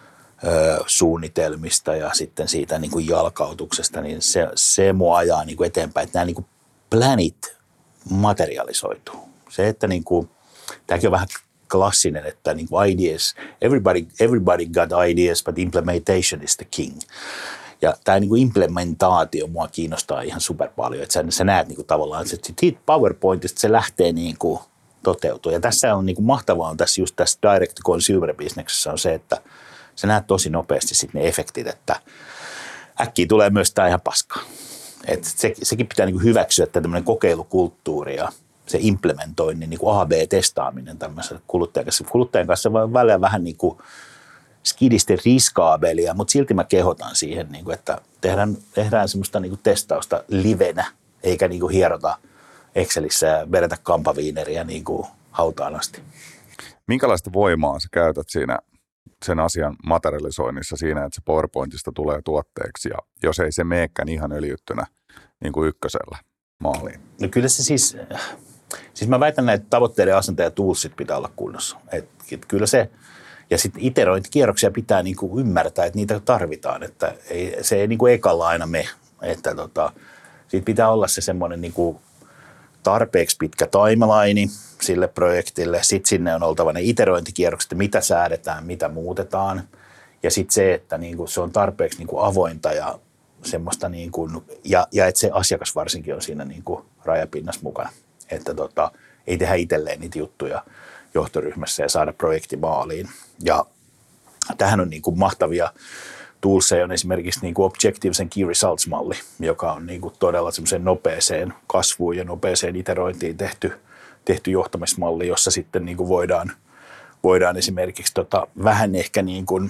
ö, suunnitelmista ja sitten siitä niin kuin jalkautuksesta, niin se, se mua ajaa niin kuin eteenpäin, että nämä niin kuin planit materialisoituu. Se, että niin kuin, tämäkin on vähän klassinen, että niin kuin ideas, everybody, everybody got ideas, but implementation is the king. Ja tämä niin kuin implementaatio mua kiinnostaa ihan super paljon, että sä, sä näet niin kuin tavallaan, että siitä PowerPointista se lähtee niin kuin toteutumaan. Ja tässä on niin kuin mahtavaa on tässä just tässä direct to consumer businessissa on se, että sä näet tosi nopeasti sitten ne efektit, että äkkiä tulee myös tämä ihan paskaa. Että se, sekin pitää niin kuin hyväksyä, että tämmöinen kokeilukulttuuri ja se implementoinnin niin kuin A B-testaaminen tämmöisellä kuluttajan kanssa. Kuluttajan kanssa voi välillä vähän niin kuin skidisti riskaabelia, mutta silti mä kehotan siihen, niin kuin, että tehdään, tehdään semmoista niin kuin testausta livenä, eikä niin kuin hierota Excelissä ja vedetä kampaviineriä niin kuin hautaan asti. Minkälaista voimaa sä käytät siinä sen asian materialisoinnissa siinä, että se PowerPointista tulee tuotteeksi ja jos ei se meekään ihan öljyttynä niin kuin ykkösellä maaliin? No kyllä se siis, siis mä väitän näitä tavoitteiden asenteja ja toolsit pitää olla kunnossa. Et, et kyllä se, ja sitten iterointikierroksia pitää niinku ymmärtää, että niitä tarvitaan, että ei, se ei niinku ekalla aina me, että tota, siitä pitää olla se semmoinen niinku tarpeeksi pitkä timeline sille projektille, sitten sinne on oltava ne iterointikierrokset, että mitä säädetään, mitä muutetaan, ja sitten se, että niinku se on tarpeeksi niinku avointa ja semmoista niinku, ja, ja että se asiakas varsinkin on siinä niinku rajapinnassa mukana, että tota, ei tehdä itselleen niitä juttuja johtoryhmässä ja saada projekti maaliin. Ja tähän on niinku mahtavia toolseja, on esimerkiksi niinku Objectives and Key Results-malli, joka on niinku todella semmoiseen nopeeseen kasvuun ja nopeeseen iterointiin tehty, tehty johtamismalli, jossa sitten niinku voidaan, voidaan esimerkiksi tota, vähän ehkä niin kuin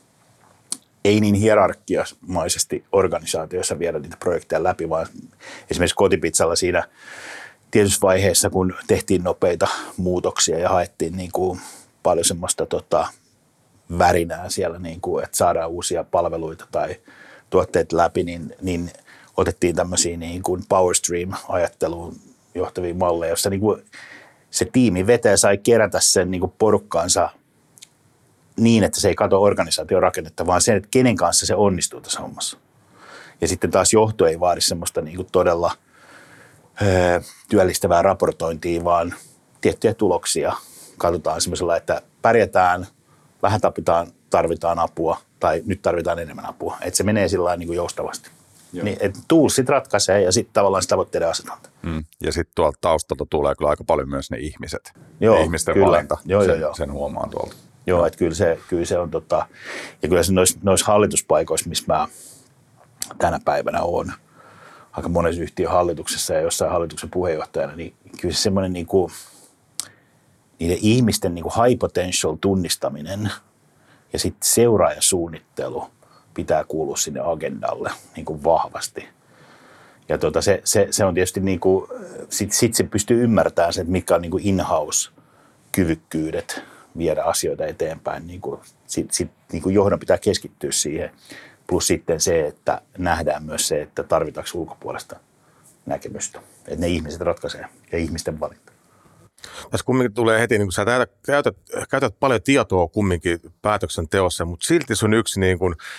ei niin hierarkiamaisesti organisaatioissa viedä niitä projekteja läpi, vaan esimerkiksi Kotipizzalla siinä tietyssä vaiheessa, kun tehtiin nopeita muutoksia ja haettiin niin kuin paljon semmoista tota, värinää siellä, niin kuin, että saadaan uusia palveluita tai tuotteet läpi, niin, niin otettiin tämmöisiä niin kuin PowerStream-ajatteluun johtavia malleja, jossa niin kuin se tiimi vetäjä sai kerätä sen niin kuin porukkaansa niin, että se ei kato organisaation rakennetta, vaan se, että kenen kanssa se onnistuu tässä hommassa. Ja sitten taas johto ei vaadi semmoista niin kuin todella öö, työllistävää raportointia, vaan tiettyjä tuloksia katsotaan semmoisella, että pärjätään, vähän tarvitaan, tarvitaan apua tai nyt tarvitaan enemmän apua. Että se menee sillä lailla niin kuin joustavasti. Niin, että toolsit ratkaisee ja sitten tavallaan se tavoitteiden asetanta. Mm. Ja sitten tuolta taustalta tulee kyllä aika paljon myös ne ihmiset. Joo, ne ihmisten kyllä. valinta. Joo, sen, joo, joo. sen huomaan tuolta. Joo, että kyllä se, kyllä se on, tota, ja kyllä se noissa, noissa hallituspaikoissa, missä mä tänä päivänä olen, aika monessa yhtiön hallituksessa ja jossain hallituksen puheenjohtajana, niin kyllä se semmoinen niin kuin, niiden ihmisten niin kuin high potential tunnistaminen ja sitten seuraajasuunnittelu pitää kuulua sinne agendalle niin kuin vahvasti. Ja tota, se, se, se on tietysti, niin kuin, sit, sit se pystyy ymmärtämään sen, että mitkä on niin kuin in-house-kyvykkyydet viedä asioita eteenpäin. Niin kuin, sit, sit, niin kuin johdon pitää keskittyä siihen. Plus sitten se, että nähdään myös se, että tarvitaanko ulkopuolesta näkemystä. Että ne ihmiset ratkaisee ja ihmisten valinta. Tässä kumminkin tulee heti, niin kun sä käytät, käytät, käytät paljon tietoa kumminkin päätöksenteossa, mutta silti sun yksi niin kun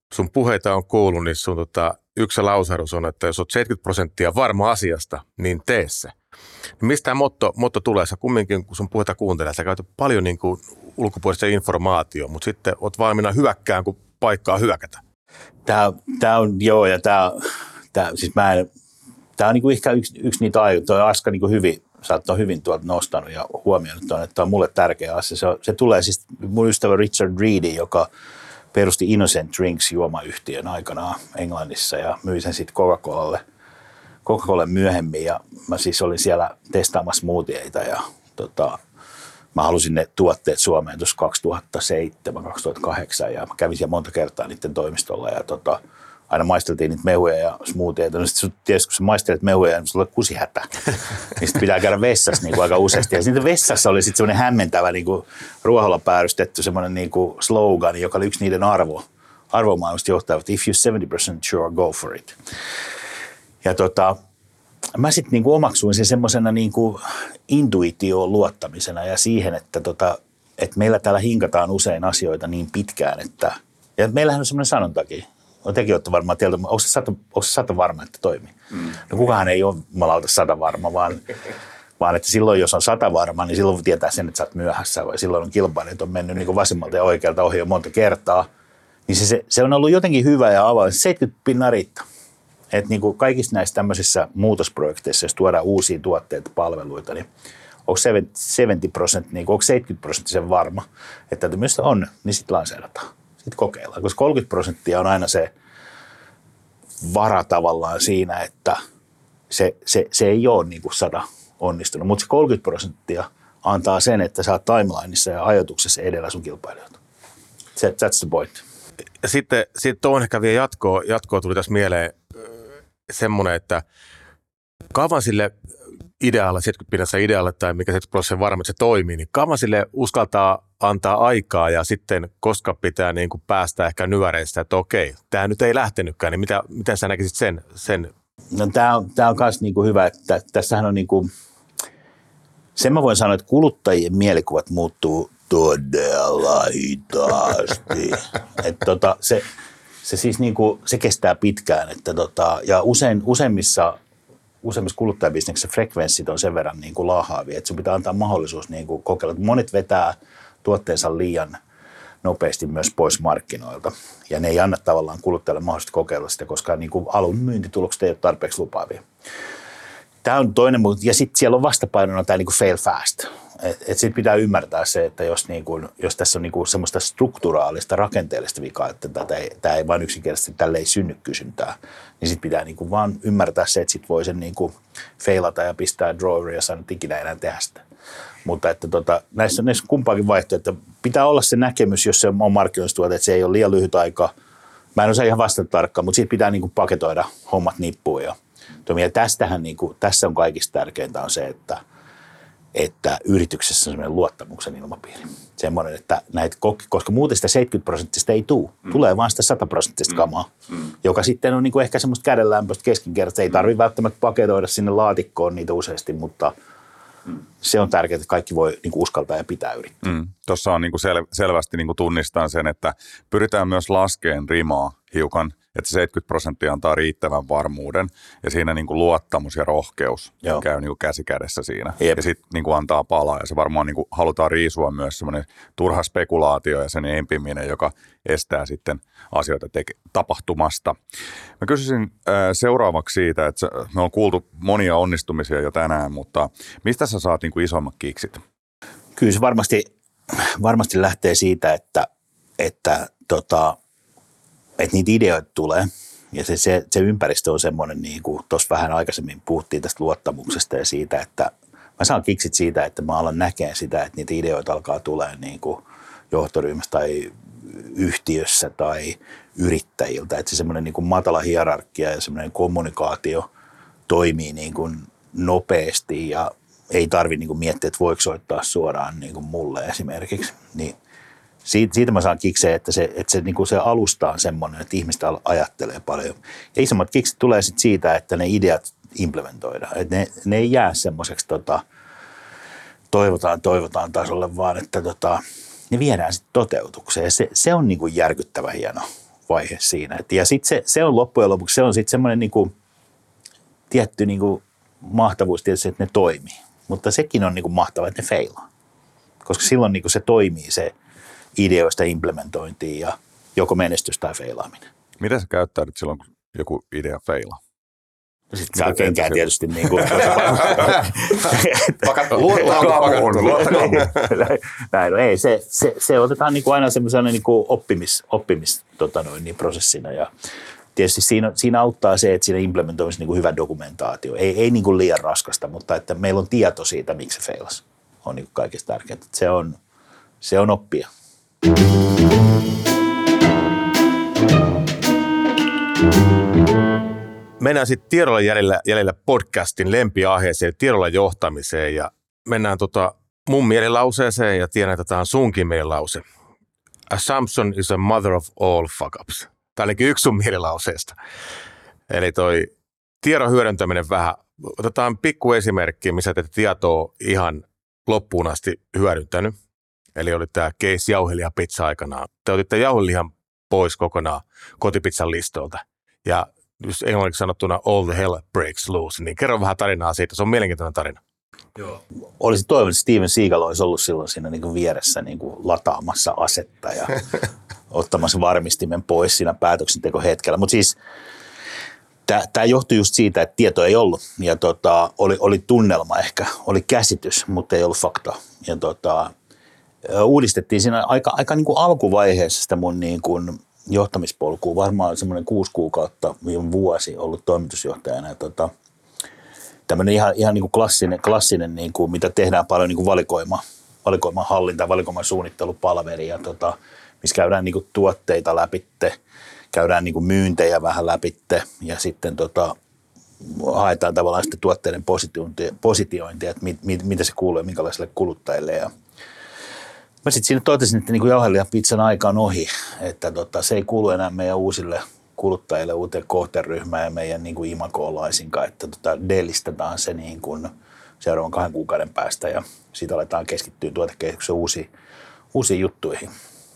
sun puheita on kuullut, niin sun tota, yksi lausahdus on, että jos olet seitsemänkymmentä prosenttia varma asiasta, niin tee se. Niin mistä tämä motto, motto tulee? Sä kumminkin, kun sun puheita kuuntelee, sä käytät paljon niin kuin ulkopuolista informaatiota, mutta sitten oot valmiina hyökkään, kun paikkaa hyökätä. Tämä, tämä on, joo, ja tämä, tämä siis mä en, tämä on niin kuin ehkä yksi, yksi niitä aikoja, toi Aska niin kuin hyvin, sä oot hyvin tuolta nostanut ja huomioinut tuon, että tämä on mulle tärkeä asia. Se, on, se tulee siis mun ystävä Richard Reedy, joka perusti Innocent Drinks juomayhtiön aikanaan Englannissa ja myi sen sitten Coca-Colalle, Coca-Colalle myöhemmin. Ja mä siis olin siellä testaamassa smoothieita ja tota, mä halusin ne tuotteet Suomeen tuossa kaksituhattaseitsemän kaksituhattakahdeksan ja mä kävin siellä monta kertaa niiden toimistolla ja tota, aina maisteltiin niitä mehuja ja smoothieita. No sitten tietysti kun sä maistelet mehuja, niin sulla on kusihätä. Niin sitten pitää käydä vessassa niin kuin aika useasti. Ja sitten vessassa oli sitten semmoinen hämmentävä niin kuin ruoholla päällystetty semmoinen niin kuin slogan, joka oli yksi niiden arvo, arvomaailmasta johtavat. If you're seventy percent sure, go for it. Ja tota, mä sitten niin kuin omaksuin sen semmoisena niin kuin intuitioon luottamisena ja siihen, että, tota, että meillä täällä hinkataan usein asioita niin pitkään, että ja meillähän on semmoinen sanontakin. No tekin olette varmaan tieltä, onko se sata, onko se sata varma, että toimii? Mm. No kukaan ei ole jumalauta sata varma, vaan, vaan että silloin jos on sata varma, niin silloin tietää sen, että sä oot myöhässä. Vai silloin on kilpailijat on mennyt niin kuin vasemmalta ja oikealta ohi jo monta kertaa. Niin se, se, se on ollut jotenkin hyvä ja avoin. seitsemänkymmentä pinnaa riittää. Että niin kuin kaikissa näissä tämmöisissä muutosprojekteissa, jos tuodaan uusia tuotteita, palveluita, niin onko seitsemänkymmentä prosenttia, niin onko seitsemänkymmentä prosenttisen varma, että myös on, niin sitten lanseerataan. Sitten kokeillaan, koska kolmekymmentä prosenttia on aina se vara tavallaan siinä, että se, se, se ei ole niin kuin sata onnistunut, mutta se kolmekymmentä prosenttia antaa sen, että sä oot timelineissa ja ajatuksessa edellä sun kilpailijoita. That's the point. Ja sitten, sitten tuohon ehkä vielä jatkoa, jatkoa tuli tässä mieleen semmoinen, että kauan sille idealle, seitsemänkymmentä pinnassa idealle tai mikä seitsemänkymmentä prosenttia varma, että se toimii, niin kauan sille uskaltaa antaa aikaa ja sitten koska pitää niin kuin päästä ehkä nyöreistä, että okei, tämä nyt ei lähtenytkään, niin mitä, miten sä näkisit sen? sen? No tämä on, tämä on myös niin kuin hyvä, että tässähän on niin kuin, sen mä voin sanoa, että kuluttajien mielikuvat muuttuu todella hitaasti. että tota, se, se siis niin kuin, se kestää pitkään, että tota, ja usein, useimmissa useimmissa kuluttajabisneksissä frekvenssit on sen verran niin kuin laahaavia, että sun pitää antaa mahdollisuus niin kuin kokeilla. Monet vetää tuotteensa liian nopeasti myös pois markkinoilta, ja ne ei anna tavallaan kuluttajalle mahdollisuutta kokeilla sitä, koska niin kuin alun myyntitulokset ei ole tarpeeksi lupaavia. Tämä on toinen, ja sitten siellä on vastapainona tämä niin kuin fail fast. Että et sitten pitää ymmärtää se, että jos, niin kuin, jos tässä on niin kuin semmoista strukturaalista, rakenteellista vikaa, että tämä ei, tämä ei vain yksinkertaisesti, tälle ei synny kysyntää, niin sitten pitää niin kuin vaan ymmärtää se, että sitten voi sen niin kuin failata ja pistää draweriin ja sanoa, että ikinä enää tehdä sitä. Mutta että tota, näissä, näissä kumpaakin vaihtoehto, että pitää olla se näkemys, jos se on markkinoistuote, että se ei ole liian lyhyt aika. Mä en osaa ihan vastata tarkkaan, mutta siitä pitää niin kuin paketoida hommat nippuun. Ja ja tästähän, niin kuin, tässä on kaikista tärkeintä on se, että, että yrityksessä on sellainen luottamuksen ilmapiiri. Semmoinen, että näitä, koska muuten sitä seitsemänkymmentä prosenttista ei tule. Mm. Tulee vaan sitä sata prosenttista kamaa, mm. joka sitten on niin kuin ehkä semmoista kädenlämpöistä keskinkertaista. Ei tarvitse välttämättä paketoida sinne laatikkoon niitä useasti, mutta mm. se on tärkeää, että kaikki voi niin kuin uskaltaa ja pitää yrittää. Mm. Tuossa on niin kuin sel- selvästi niin kuin tunnistan sen, että pyritään myös laskeen rimaa hiukan, että seitsemänkymmentä prosenttia antaa riittävän varmuuden ja siinä niin kuin luottamus ja rohkeus Joo. käy niin kuin käsi kädessä siinä. Jep. Ja sitten niin kuin antaa palaa ja se varmaan niin kuin halutaan riisua myös semmoinen turha spekulaatio ja sen empiminen, joka estää sitten asioita teke- tapahtumasta. Mä kysyisin äh, seuraavaksi siitä, että me on kuultu monia onnistumisia jo tänään, mutta mistä sä saat niin kuin isommat kiksit? Kyllä se varmasti, varmasti lähtee siitä, että, että tota, että niitä ideoita tulee ja se, se, se ympäristö on semmoinen, niin kuin tuossa vähän aikaisemmin puhuttiin tästä luottamuksesta ja siitä, että mä saan kiksit siitä, että mä alan näkemään sitä, että niitä ideoita alkaa tulemaan niin kuin johtoryhmässä tai yhtiössä tai yrittäjiltä, että se semmoinen niin kuin matala hierarkia ja semmoinen kommunikaatio toimii niin kuin nopeasti ja ei tarvitse niin kuin miettiä, että voiko soittaa suoraan niin kuin mulle esimerkiksi, niin Siitä, siitä mä saan kiksejä, että se, että se, niin kuin se alusta on semmoinen, että ihmiset ajattelee paljon. Ja isommat kikset tulee sitten siitä, että ne ideat implementoidaan. Että ne, ne ei jää semmoiseksi tota, toivotaan, toivotaan tasolle, vaan että tota, ne viedään sitten toteutukseen. Ja se, se on niin kuin järkyttävän hieno, vaihe siinä. Et, ja sitten se, se on loppujen lopuksi, se on sitten semmoinen niinku, tietty niinku, mahtavuus tietysti, että ne toimii. Mutta sekin on niinku mahtavaa, että ne feilaa. Koska silloin niinku se toimii se ideoista implementointiin ja joko menestys tai feilaaminen. Miten sä käyttäydyt silloin, kun joku idea feilaa? Sitten saa kenkään tietysti niin kuin... Näin, no ei, se, se, se otetaan niin kuin aina semmoisena niin kuin oppimis, oppimis tota noin, niin prosessina ja tietysti siinä, siinä auttaa se, että siinä implementoimissa niin kuin hyvä dokumentaatio. Ei, ei niin kuin liian raskasta, mutta että meillä on tieto siitä, miksi se feilasi. On niin kuin kaikista tärkeintä. Se on, se on oppia. Mennään sitten tiedolla jäljellä, jäljellä podcastin lempiaiheeseen, tiedolla johtamiseen ja mennään tota mun mielilauseeseen ja tiedän, että tämä on sunkin mielilause. Assumption is a mother of all fuck-ups. Tämä olikin yksi sun mielilauseesta. Eli toi tiedon hyödyntäminen vähän, otetaan pikku esimerkki, missä te tietoa ihan loppuun asti hyödyntänyt. Eli oli tämä case jauhelihapizza aikanaan. Te otitte jauhelihan pois kokonaan kotipizzan listolta ja jos englanniksi sanottuna all the hell breaks loose, niin kerro vähän tarinaa siitä. Se on mielenkiintoinen tarina. Joo. Olisin toivonut, että Steven Seagal olisi ollut silloin siinä niin kuin vieressä niin kuin lataamassa asetta ja ottamassa varmistimen pois siinä päätöksentekohetkellä. Mutta siis tämä johtui just siitä, että tieto ei ollut ja tota, oli, oli tunnelma ehkä, oli käsitys, mutta ei ollut fakta. Ja tota, uudistettiin siinä aika, aika niin kuin alkuvaiheessa sitä mun niin kuin johtamispolkuun. Varmaan semmoinen kuusi kuukautta, vuosi ollut toimitusjohtajana. Ja tota, tämmöinen ihan, ihan niin kuin klassinen, klassinen niin kuin, mitä tehdään paljon niin kuin valikoima, valikoiman hallinta, valikoiman suunnittelupalveri, ja tota, missä käydään niin kuin tuotteita läpitte, käydään niin kuin myyntejä vähän läpitte ja sitten tota, haetaan tavallaan sitten tuotteiden positiointia, positiointia että mit, mit, mitä se kuuluu ja minkälaisille kuluttajille. Ja mä sitten siinä totesin, että niin jauhelihapizzan aika on ohi, että tota, se ei kuulu enää meidän uusille kuluttajille, uuteen kohderyhmään ja meidän niin kuin imagoon laisinkaan, että tota, delistetään se niin kuin seuraavan kahden kuukauden päästä ja siitä aletaan keskittyä tuotekehityksen uusiin, uusiin juttuihin.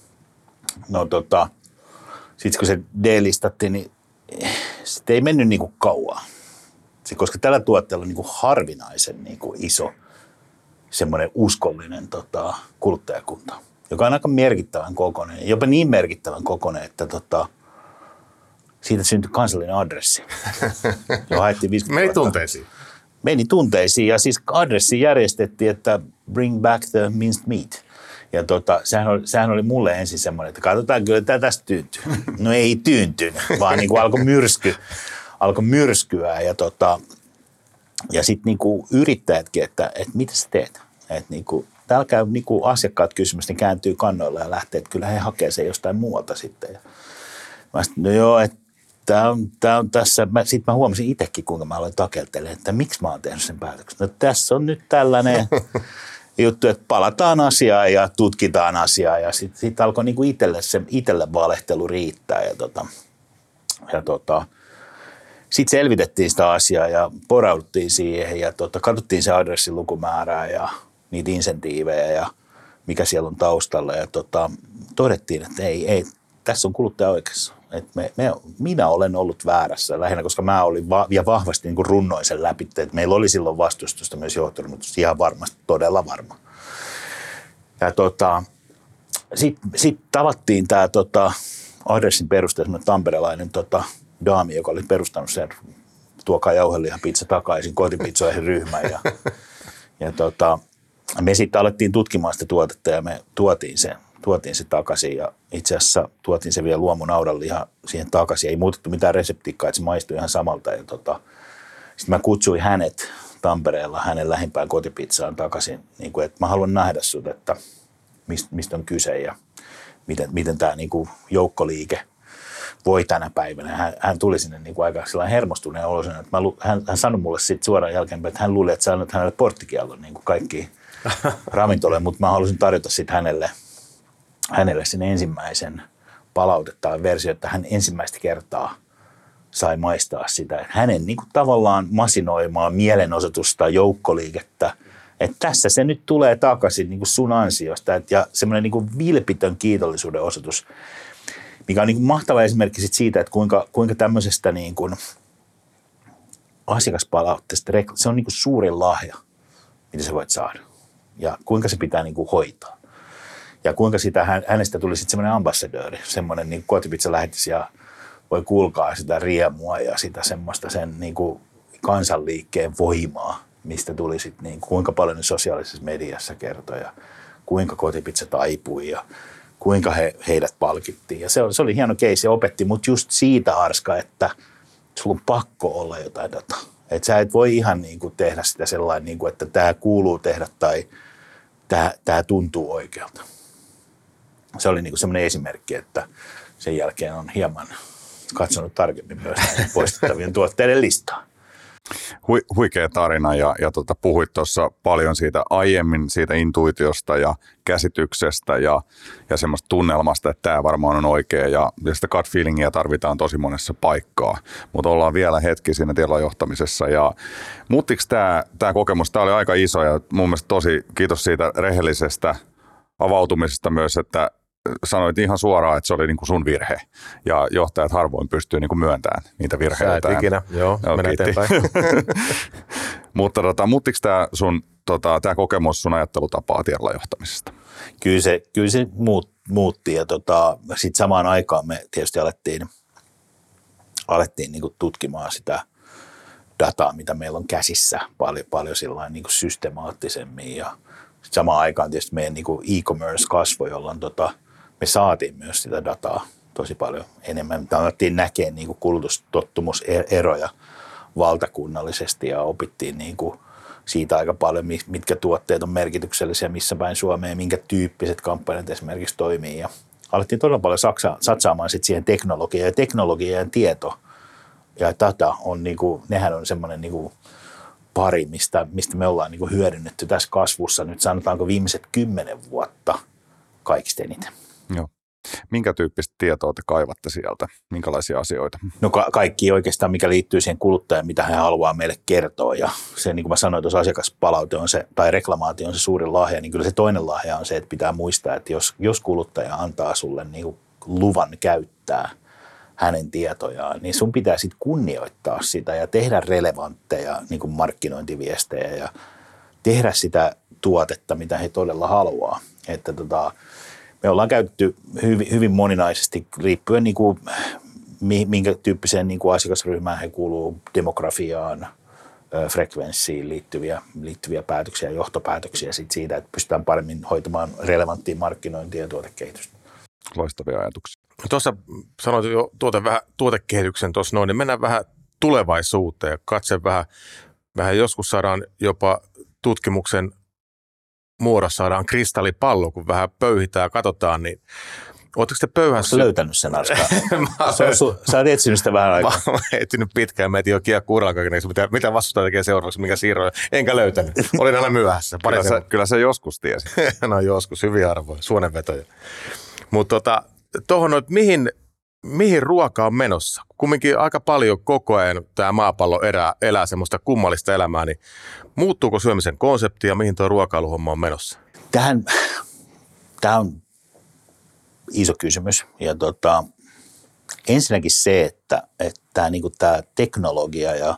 No tota, sitten kun se delistattiin, niin sitten ei mennyt niin kuin kauan, koska tällä tuotteella on niin kuin harvinaisen niin kuin iso semmoinen uskollinen tota, kuluttajakunta, joka on aika merkittävän kokoinen, jopa niin merkittävän kokoinen, että tota, siitä syntyi kansallinen adressi. Meni tunteisiin. Meni tunteisiin ja siis adressi järjestettiin, että bring back the minced meat. Ja tota, sehän, oli, sehän oli mulle ensin semmoinen, että katsotaan kyllä tämä tästä tyyntyy. No ei tyyntynyt, vaan niin kuin alkoi myrsky, alkoi myrskyä ja tota, ja sitten niinku yrittäjätkin, että, että mitä sä teet? Että niinku, täällä käy niinku asiakkaat kysymys, ne kääntyy kannoille ja lähtee, että kyllä he hakee sen jostain muualta sitten. Ja mä sitten, no joo, että tää on, tää on tässä. Sitten mä huomasin itsekin, kuinka mä aloin takeltelemaan, että miksi mä oon tehnyt sen päätöksen. No tässä on nyt tällainen juttu, että palataan asiaan ja tutkitaan asiaa ja sitten sit alkoi niinku itselle, se, itselle valehtelu riittää ja tota, ja tota sitten selvitettiin sitä asiaa ja porauduttiin siihen ja tota, katsottiin se adressin lukumäärää ja niitä insentiivejä ja mikä siellä on taustalla. Ja tota, todettiin, että ei, ei, tässä on kuluttaja oikeassa. Et me, me, minä olen ollut väärässä lähinnä, koska mä olin va- ja vahvasti niin kuin runnoin sen läpi. Että meillä oli silloin vastustusta myös johtoryhmässä, ihan varmasti, todella varma. Ja tota, sitten sit tavattiin tämä tota, adressin perusteella tamperelainen tota, daami, joka oli perustanut sen tuokaa jauhelihapizza takaisin kotipizzoihin ryhmään. Ja, ja tota, me sitten alettiin tutkimaan sitä tuotetta ja me tuotiin se, tuotiin se takaisin. Ja itse asiassa tuotiin se vielä luomunaudanliha siihen takaisin. Ei muutettu mitään reseptiikkaa, että se maistui ihan samalta. Ja tota, sitten mä kutsuin hänet Tampereella hänen lähimpään kotipizzaan takaisin. Niin kuin, että mä haluan nähdä sut, että mistä, mistä on kyse ja miten, miten tämä niin kuin joukkoliike voi tänä päivänä. Hän, hän tuli sinne niin kuin aika sellainen hermostuneen oloisen, että mä lu, hän, hän sanoi mulle sitten suoraan jälkeenpäin, että hän luuli, että sä annat hänelle porttikiellon niin kuin kaikkiin ravintoloihin, mutta mä halusin tarjota sitten hänelle, hänelle sen ensimmäisen palautetta versio, että hän ensimmäistä kertaa sai maistaa sitä. Että hänen niin kuin tavallaan masinoimaa mielenosoitusta, joukkoliikettä, että tässä se nyt tulee takaisin niin kuin sun ansiosta. Et, ja semmoinen niin kuin vilpitön kiitollisuuden osoitus, mikä on niin kuin mahtava esimerkki sit siitä, että kuinka, kuinka tämmöisestä niin kuin asiakaspalautteesta, se on niin kuin suurin lahja, mitä sä voit saada. Ja kuinka se pitää niin kuin hoitaa. Ja kuinka sitä, hänestä tuli sitten semmoinen ambassadööri, semmoinen niin kotipizza lähetys ja voi kuulkaa sitä riemua ja sitä semmoista sen niin kuin kansanliikkeen voimaa, mistä tuli sitten niin kuinka paljon ne sosiaalisessa mediassa kertoi ja kuinka kotipizza taipui ja kuinka he, heidät palkittiin. Ja se oli, se oli hieno keissi ja opetti mut just siitä, Arska, että sulla on pakko olla jotain dataa. Että sä et voi ihan niin kuin tehdä sitä sellainen, niin kuin, että tämä kuuluu tehdä tai tämä, tämä tuntuu oikealta. Se oli niin kuin semmoinen esimerkki, että sen jälkeen on hieman katsonut tarkemmin myös poistettavien tuotteiden listaa. Hui, huikea tarina ja, ja tota, puhuit tuossa paljon siitä aiemmin siitä intuitiosta ja käsityksestä ja, ja semmoista tunnelmasta, että tämä varmaan on oikea ja, ja sitä gut feelingia tarvitaan tosi monessa paikkaa, mutta ollaan vielä hetki siinä tilajohtamisessa ja muuttiko tämä, tämä kokemus, tämä oli aika iso ja mun mielestä tosi kiitos siitä rehellisestä avautumisesta myös, että sanoit ihan suoraan, että se oli niinku sun virhe ja johtajat harvoin pystyy niinku myöntämään niitä virheitä. Sä et ikinä, joo, joo mennään eteenpäin. Mutta tota, muuttiko tämä sun tota, tää kokemus sun ajattelutapaa tiedolla johtamisesta? Kyllä se, kyllä se muut, muutti ja tota, sitten samaan aikaan me tietysti alettiin, alettiin niinku tutkimaan sitä dataa, mitä meillä on käsissä paljon, paljon sillain niinku systemaattisemmin ja sitten samaan aikaan tietysti meidän niinku e-commerce kasvoi, jolloin tota, me saatiin myös sitä dataa tosi paljon enemmän. Me alettiin näkemään niinku kulutustottumuseroja valtakunnallisesti ja opittiin niinku siitä aika paljon, mitkä tuotteet on merkityksellisiä, missä päin Suomeen, minkä tyyppiset kampanjat esimerkiksi toimii. Ja alettiin todella paljon saksa, satsaamaan sit siihen teknologiaan ja teknologia ja tieto ja data on, niinku, nehän on semmoinen niinku pari, mistä, mistä me ollaan niinku hyödynnetty tässä kasvussa nyt sanotaanko viimeiset kymmenen vuotta kaikista eniten. Joo. Minkä tyyppistä tietoa te kaivatte sieltä? Minkälaisia asioita? No ka- kaikki oikeastaan, mikä liittyy siihen kuluttajan, mitä hän haluaa meille kertoa. Ja se, niin kuin mä sanoin, tuossa asiakaspalaute on se, tai reklamaatio on se suurin lahja, niin kyllä se toinen lahja on se, että pitää muistaa, että jos, jos kuluttaja antaa sulle niin kuin luvan käyttää hänen tietojaan, niin sun pitää sitten kunnioittaa sitä ja tehdä relevantteja niin kuin markkinointiviestejä ja tehdä sitä tuotetta, mitä he todella haluaa. Että tota, me ollaan käytetty hyvin, hyvin moninaisesti riippuen niin kuin, minkä tyyppiseen niin kuin asiakasryhmään he kuuluu, demografiaan, frekvenssiin liittyviä, liittyviä päätöksiä ja johtopäätöksiä sit siitä, että pystytään paremmin hoitamaan relevanttia markkinointia ja tuotekehitystä. Loistavia ajatuksia. Tuossa sanoit jo tuote, vähän, tuotekehityksen tuossa noin, niin mennään vähän tulevaisuuteen ja katse vähän, vähän joskus saadaan jopa tutkimuksen muodossa saadaan kristallipallo, kun vähän pöyhitään ja katsotaan, niin ootteko te pöyhässä? Oletko löytänyt sen, Arska? Sä oot etsinyt sitä vähän aikaa. Mä oon etsinyt pitkään, mä etin jo kiekkuuralla kaiken, mitä, mitä vastustaja tekee seuraavaksi, mikä siirroja. Enkä löytänyt. Olin aina myöhässä. Kyllä se, kyllä se joskus tiesi. No joskus, hyviä arvoja, suonenvetoja. Mutta tota, tuohon, että mihin, mihin ruoka on menossa? Kumminkin aika paljon koko ajan tämä maapallo elää, elää semmoista kummallista elämää, niin muuttuuko syömisen konsepti ja mihin tuo ruokailuhomma on menossa? Tähän, tämä on iso kysymys. Ja tota, ensinnäkin se, että, että niin kuin tämä teknologia ja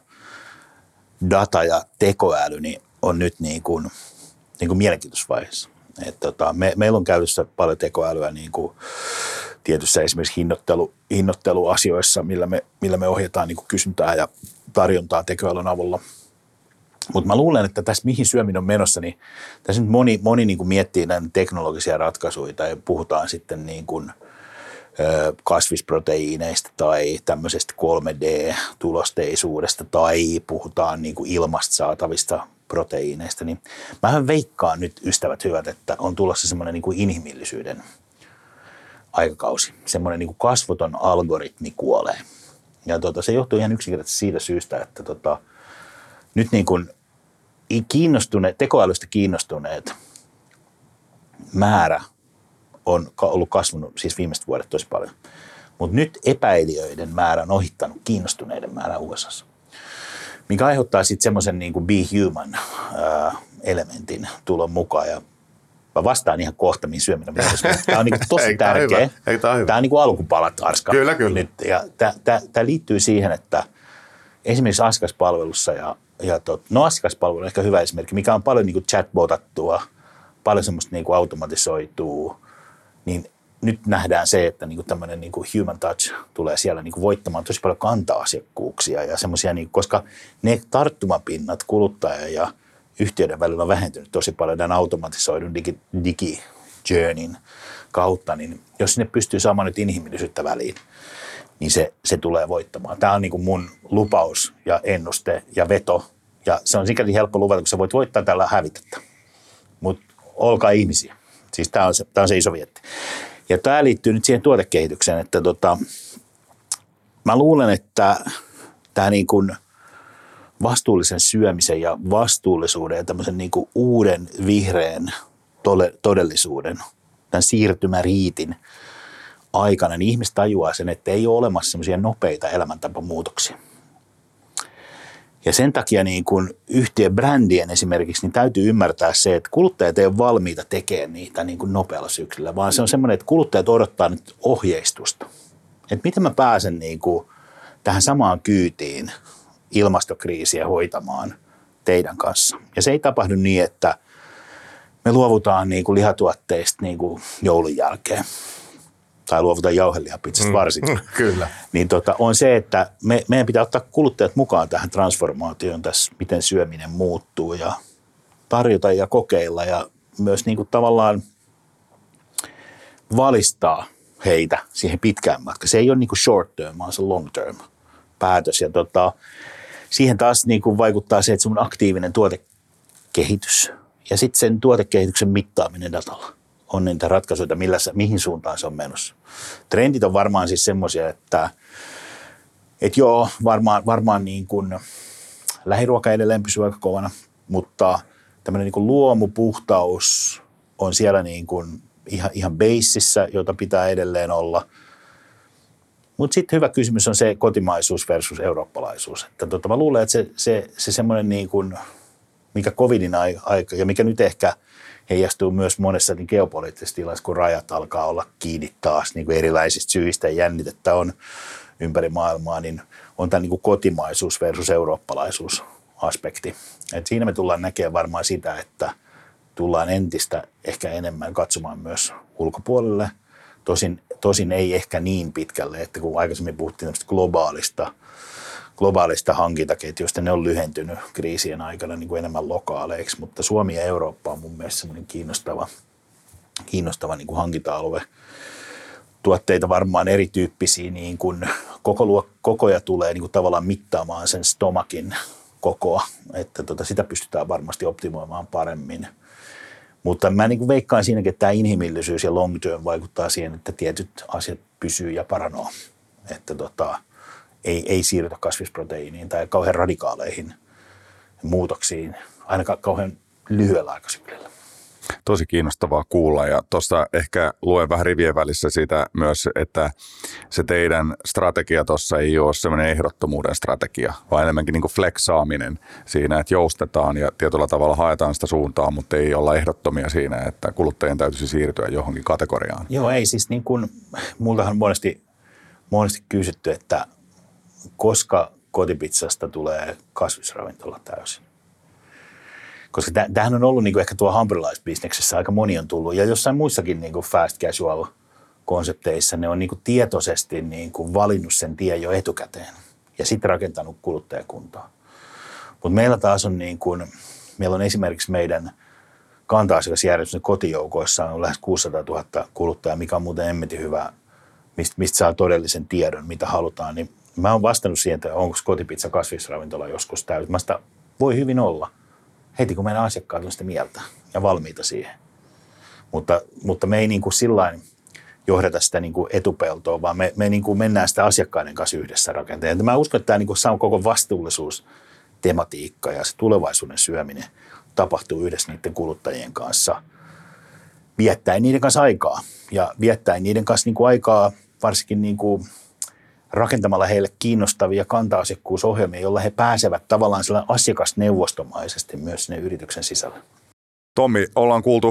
data ja tekoäly niin on nyt niin kuin, niin kuin mielenkiintoisvaiheessa. Et tota, me, meillä on käytössä paljon tekoälyä niin kuin tietyissä esimerkiksi hinnoittelu, hinnoitteluasioissa, millä me, millä me ohjataan niin kuin kysyntää ja tarjontaa tekoälyn avulla. Mutta mä luulen, että tässä mihin syöminen on menossa, niin tässä nyt moni, moni niin kuin miettii näitä teknologisia ratkaisuja ja puhutaan sitten niin kuin, ö, kasvisproteiineista tai tämmöisestä kolme D-tulosteisuudesta tai puhutaan niin kuin ilmasta saatavista proteiineista, niin mähän veikkaan nyt, ystävät hyvät, että on tulossa semmoinen niin kuin inhimillisyyden aikakausi. Semmoinen niin kuin kasvoton algoritmi kuolee. Ja tota, se johtuu ihan yksinkertaisesti siitä syystä, että tota, nyt niin kuin kiinnostuneet, tekoälystä kiinnostuneet määrä on ollut kasvanut siis viimeiset vuodet tosi paljon. Mutta nyt epäilijöiden määrä on ohittanut kiinnostuneiden määrä U S A:ssa. Mikä aiheuttaa sitten semmoisen niin kuin be human ää, elementin tulon mukaan. Ja Mä vastaan ihan kohta, mihin syöminen on. Tämä on niin kuin tosi Eikö tää tärkeä. hyvä? Eikö tää hyvä? Tämä on niin kuin alkupalat, Arska. Kyllä, kyllä. Nyt, ja tämä, tämä, tämä liittyy siihen, että esimerkiksi asiakaspalvelussa, ja, ja tot, no asiakaspalvelu on ehkä hyvä esimerkki, mikä on paljon niin kuin chatbotattua, paljon semmoista niin kuin automatisoitua, niin nyt nähdään se, että niin kuin tämmöinen niin kuin human touch tulee siellä niin kuin voittamaan tosi paljon kanta-asiakkuuksia, ja semmoisia, niin, koska ne tarttumapinnat kuluttaja ja yhtiöiden välillä on vähentynyt tosi paljon tämän automatisoidun digi, digi-journeyn kautta, niin jos sinne pystyy saamaan nyt inhimillisyyttä väliin, niin se, se tulee voittamaan. Tämä on niin kuin mun lupaus ja ennuste ja veto, ja se on sikäli helppo luvata, kun sä voit voittaa tällä hävitettä. Mutta olkaa ihmisiä. Siis tämä on, on se iso vietti. Ja tämä liittyy nyt siihen tuotekehitykseen, että tota, mä luulen, että tämä niin kuin vastuullisen syömisen ja vastuullisuuden ja tämmöisen niin kuin uuden vihreän todellisuuden, tämän siirtymäriitin aikana, niin ihmiset tajuaa sen, että ei ole olemassa semmoisia nopeita elämäntapamuutoksia. Ja sen takia niin kun yhtiön brändien esimerkiksi, niin täytyy ymmärtää se, että kuluttajat ei ole valmiita tekemään niitä niin kuin nopealla syklillä, vaan se on semmoinen, että kuluttajat odottaa nyt ohjeistusta. Että miten mä pääsen niin kuin tähän samaan kyytiin ilmastokriisiä hoitamaan teidän kanssa. Ja se ei tapahdu niin, että me luovutaan niin kuin lihatuotteista niin kuin joulun jälkeen. Tai luovutaan jauhelihapizzasta varsinkin. Mm, kyllä. Niin tota, on se, että me, meidän pitää ottaa kuluttajat mukaan tähän transformaatioon tässä, miten syöminen muuttuu ja tarjota ja kokeilla ja myös niin kuin tavallaan valistaa heitä siihen pitkään matkaan. Se ei ole niin kuin short term, vaan se long term päätös. Ja tota, siihen taas niin kuin vaikuttaa se, että sun aktiivinen tuotekehitys ja sitten sen tuotekehityksen mittaaminen datalla on niitä ratkaisuja, millä se, mihin suuntaan se on menossa. Trendit on varmaan siis semmoisia, että, että joo, varmaan, varmaan niin kuin lähiruoka edelleen pysyy aika kovana, mutta tämmöinen niin kuin luomupuhtaus on siellä niin kuin ihan, ihan beississä, jota pitää edelleen olla. Mutta sitten hyvä kysymys on se kotimaisuus versus eurooppalaisuus. Että tota, mä luulen, että se, se, se semmoinen niin kuin, mikä covidin aika ja mikä nyt ehkä heijastuu myös monessa niin geopoliittisessa tilassa, kun rajat alkaa olla kiinni taas niin kuin erilaisista syistä ja jännitettä on ympäri maailmaa, niin on tämä niin kuin kotimaisuus versus eurooppalaisuus aspekti. Et siinä me tullaan näkemään varmaan sitä, että tullaan entistä ehkä enemmän katsomaan myös ulkopuolelle. Tosin, tosin ei ehkä niin pitkälle, että kun aikaisemmin puhuttiin tämmöistä globaalista, globaalista hankintaketjuista, ne on lyhentynyt kriisien aikana niin kuin enemmän lokaaleiksi, mutta Suomi ja Eurooppa on mun mielestä semmoinen kiinnostava, kiinnostava niin kuin hankinta-alue. Tuotteita varmaan erityyppisiä, niin kuin koko luok- kokoja tulee niin kuin tavallaan mittaamaan sen stomakin kokoa, että tota, sitä pystytään varmasti optimoimaan paremmin. Mutta mä niin kuin veikkaan siinäkin, että tämä inhimillisyys ja long term vaikuttaa siihen, että tietyt asiat pysyy ja paranoo. Että tota, ei, ei siirrytä kasvisproteiiniin tai kauhean radikaaleihin muutoksiin, ainakaan kauhean lyhyellä aikasyklillä. Tosi kiinnostavaa kuulla ja tuossa ehkä luen vähän rivien välissä sitä myös, että se teidän strategia tuossa ei ole semmoinen ehdottomuuden strategia, vaan enemmänkin niin kuin flexaaminen siinä, että joustetaan ja tietyllä tavalla haetaan sitä suuntaa, mutta ei olla ehdottomia siinä, että kuluttajien täytyisi siirtyä johonkin kategoriaan. Joo, ei siis niin kuin, multahan on monesti, monesti kysytty, että koska kotipizzasta tulee kasvisravintola täysin. Koska tämähän on ollut niin kuin ehkä tuo hampurilaisbisneksessä aika moni on tullut, ja jossain muissakin niin kuin fast casual-konsepteissa ne on niin kuin tietoisesti niin kuin valinnut sen tien jo etukäteen ja sitten rakentanut kuluttajakuntaa. Mutta meillä taas on, niin kuin, meillä on esimerkiksi meidän kanta-asiakasjärjestön kotijoukoissa on lähes kuusisataatuhatta kuluttajaa, mikä on muuten emmetin hyvä, mistä, mistä saa todellisen tiedon, mitä halutaan. Niin mä oon vastannut siihen, että onko kotipizza kasvisravintola joskus täysin. Mä sitä voi hyvin olla. Heti kun meidän asiakkaat on sitä mieltä ja valmiita siihen. Mutta, mutta me ei niin kuin sillain johdeta sitä niin kuin etupeltoa, vaan me, me niin kuin mennään sitä asiakkaiden kanssa yhdessä rakenteen. Mä uskon, että tämä niin kuin koko vastuullisuustematiikka ja se tulevaisuuden syöminen tapahtuu yhdessä niiden kuluttajien kanssa, viettäen niiden kanssa aikaa. Ja viettäen niiden kanssa niin kuin aikaa varsinkin niin kuin rakentamalla heille kiinnostavia kanta-asiakkuusohjelmia, joilla he pääsevät tavallaan sellainen asiakasneuvostomaisesti myös sinne yrityksen sisällä. Tommi, ollaan kuultu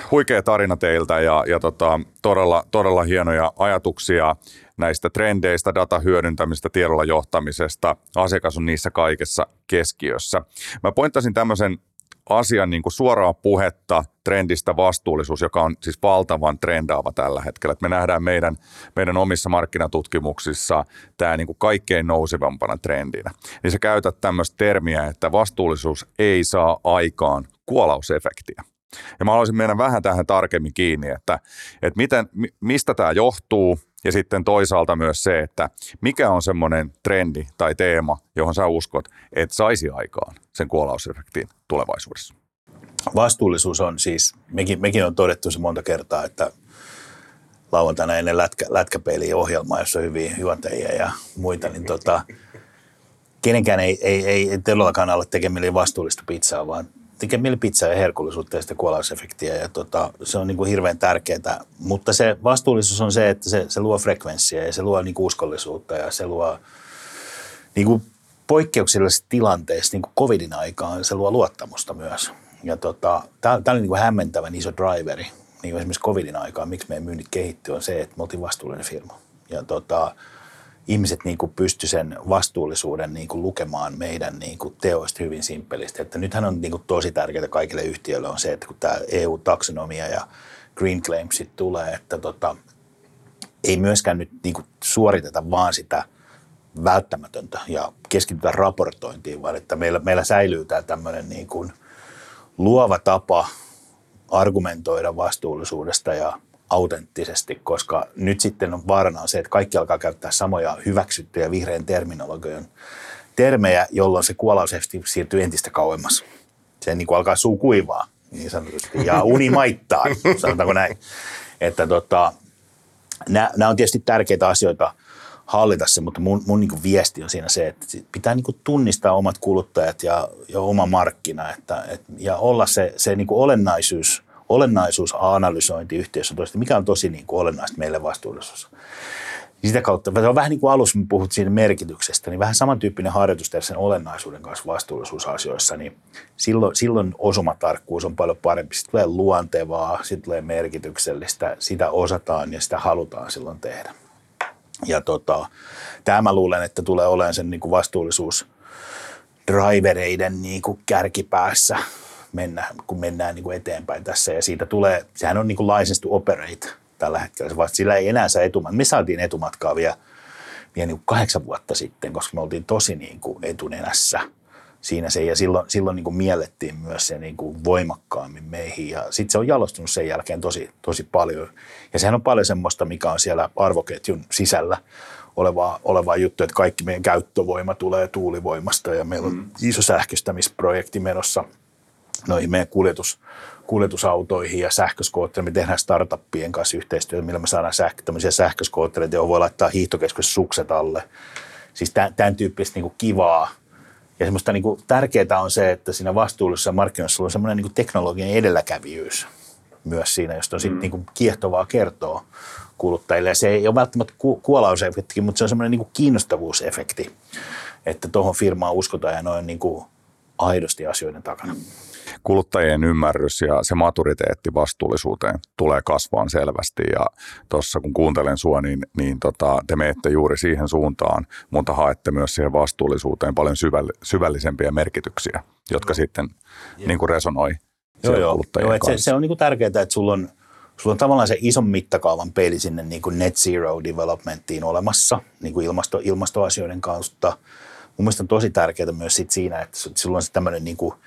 huikea tarina teiltä ja, ja tota, todella, todella hienoja ajatuksia näistä trendeistä, datan hyödyntämistä, tiedolla johtamisesta. Asiakas on niissä kaikessa keskiössä. Mä pointtasin tämmöisen asian niin kuin suoraa puhetta trendistä vastuullisuus, joka on siis valtavan trendaava tällä hetkellä. Että me nähdään meidän, meidän omissa markkinatutkimuksissa tämä niin kuin kaikkein nousevampana trendinä. Niin sä käytät tämmöistä termiä, että vastuullisuus ei saa aikaan kuolausefektiä. Ja mä haluaisin mennä vähän tähän tarkemmin kiinni, että, että miten, mistä tämä johtuu ja sitten toisaalta myös se, että mikä on semmoinen trendi tai teema, johon sä uskot, että saisi aikaan sen kuolausefektin tulevaisuudessa. Vastuullisuus on siis, mekin, mekin on todettu se monta kertaa, että lauantaina ennen lätkä, lätkäpeiliä ohjelmaa, jossa on hyviä juontajia ja muita, niin tota, kenenkään ei, ei, ei, ei todellakaan alle tekemään vastuullista pizzaa, vaan tekee mieli pizzaa ja herkullisuutta ja sitä kuolausefektiä ja tota, se on niin kuin hirveän tärkeää, mutta se vastuullisuus on se, että se, se luo frekvenssiä ja se luo niin kuin uskollisuutta ja se luo niin kuin poikkeuksellisissa tilanteissa, niin kuin covidin aikaan, se luo luottamusta myös. Ja tota, tämä oli niin kuin hämmentävän iso driveri, niin kuin esimerkiksi covidin aikaan, miksi meidän myynnit kehittyy, on se, että me oltiin vastuullinen firma. Ja tota, ihmiset niin kuin pysty sen vastuullisuuden niin kuin lukemaan meidän niin kuin teoista hyvin simppelisti. Että nythän on niin kuin tosi tärkeää kaikille yhtiöille on se, että kun tämä E U-taksonomia ja Green Claimsit tulee, että tota, ei myöskään nyt niin kuin suoriteta vaan sitä välttämätöntä ja keskitytä raportointiin, vaan että meillä, meillä säilyy tämä tämmöinen niin kuin luova tapa argumentoida vastuullisuudesta ja autenttisesti, koska nyt sitten on vaarana on se, että kaikki alkaa käyttää samoja hyväksyttyjä vihreän terminologian termejä, jolloin se kuolausefekti siirtyy entistä kauemmas. Se niin kuin alkaa suu kuivaa, niin sanotusti, ja uni maittaa, sanotaanko näin. Että tota, nämä on tietysti tärkeitä asioita hallita se, mutta mun, mun niin kuin viesti on siinä se, että pitää niin kuin tunnistaa omat kuluttajat ja, ja oma markkina, että, et, ja olla se, se niin kuin olennaisuus, olennaisuusanalysointi yhtiössä, mikä on tosi niin kuin olennaista meille vastuullisuus. Sitä kautta, se on vähän niin kuin alussa, me puhut siinä merkityksestä, niin vähän samantyyppinen harjoitus tehdä sen olennaisuuden kanssa vastuullisuusasioissa, niin silloin, silloin osumatarkkuus on paljon parempi. Sitten tulee luontevaa, sitten tulee merkityksellistä, sitä osataan ja sitä halutaan silloin tehdä. Ja tota, tämä mä luulen, että tulee olemaan sen niin kuin vastuullisuusdrivereiden niin kuin kärkipäässä, mennä, kun mennään niin kuin eteenpäin tässä. Ja siitä tulee, sehän on niin kuin license to operate tällä hetkellä. Vasta sillä ei enää saa etumatkaa. Me saatiin etumatkaa vielä, vielä niin kuin kahdeksan vuotta sitten, koska me oltiin tosi niin kuin etunenässä siinä se. Ja silloin, silloin niin kuin miellettiin myös se niin kuin voimakkaammin meihin. Ja sitten se on jalostunut sen jälkeen tosi, tosi paljon. Ja sehän on paljon semmoista, mikä on siellä arvoketjun sisällä olevaa, olevaa juttu, että kaikki meidän käyttövoima tulee tuulivoimasta. Ja meillä on mm. iso sähköistämisprojekti menossa noihin meidän kuljetus, kuljetusautoihin ja sähköskoottereihin. Me tehdään startuppien kanssa yhteistyötä, millä me saadaan sähkö, tämmöisiä sähköskoottereita, joihin voi laittaa hiihtokeskus sukset alle. Siis tämän, tämän tyyppistä niin kuin kivaa. Ja semmoista niin kuin tärkeää on se, että siinä vastuullisessa markkinoissa on semmoinen niin kuin teknologian edelläkävijyys myös siinä, josta on sitten mm. niin kuin kiehtovaa kertoa kuluttajille. Ja se ei ole välttämättä ku- kuolausefekti, mutta se on semmoinen niin kuin kiinnostavuusefekti, että tuohon firmaan uskotaan ja noin niin kuin aidosti asioiden takana. Kuluttajien ymmärrys ja se maturiteetti vastuullisuuteen tulee kasvaan selvästi ja tuossa kun kuuntelen sua, niin, niin tota, te menette juuri siihen suuntaan, mutta haette myös siihen vastuullisuuteen paljon syväll- syvällisempiä merkityksiä, jotka no. sitten niin kuin resonoi joo, joo. kuluttajien joo, kanssa. Se, se on niin kuin tärkeää, että sulla on, sulla on tavallaan se ison mittakaavan peili sinne niin kuin net zero developmenttiin olemassa niin kuin ilmasto, ilmastoasioiden kautta. Mun mielestä on tosi tärkeää myös sit siinä, että sulla on se tämmöinen niin kuin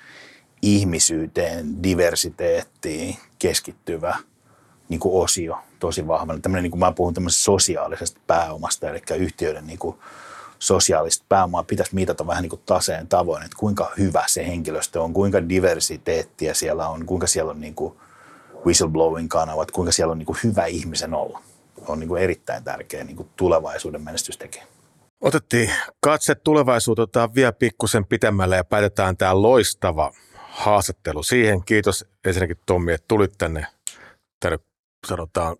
ihmisyyteen, diversiteettiin keskittyvä niin kuin osio tosi vahvana. Tämmöinen, niin kuin mä puhun tämmöisestä sosiaalisesta pääomasta, eli yhtiöiden niin kuin sosiaalista pääomaa pitäisi mitata vähän niin kuin taseen tavoin, että kuinka hyvä se henkilöstö on, kuinka diversiteettiä siellä on, kuinka siellä on niin kuin whistleblowing kanavat, kuinka siellä on niin kuin hyvä ihmisen olla. On niin kuin erittäin tärkeä niin kuin tulevaisuuden menestystekijä. Otettiin katse tulevaisuuteen, otetaan vielä pikkusen pitemmälle ja päätetään tämä loistava haastattelu siihen. Kiitos ensinnäkin Tommi, että tulit tänne, tänne sanotaan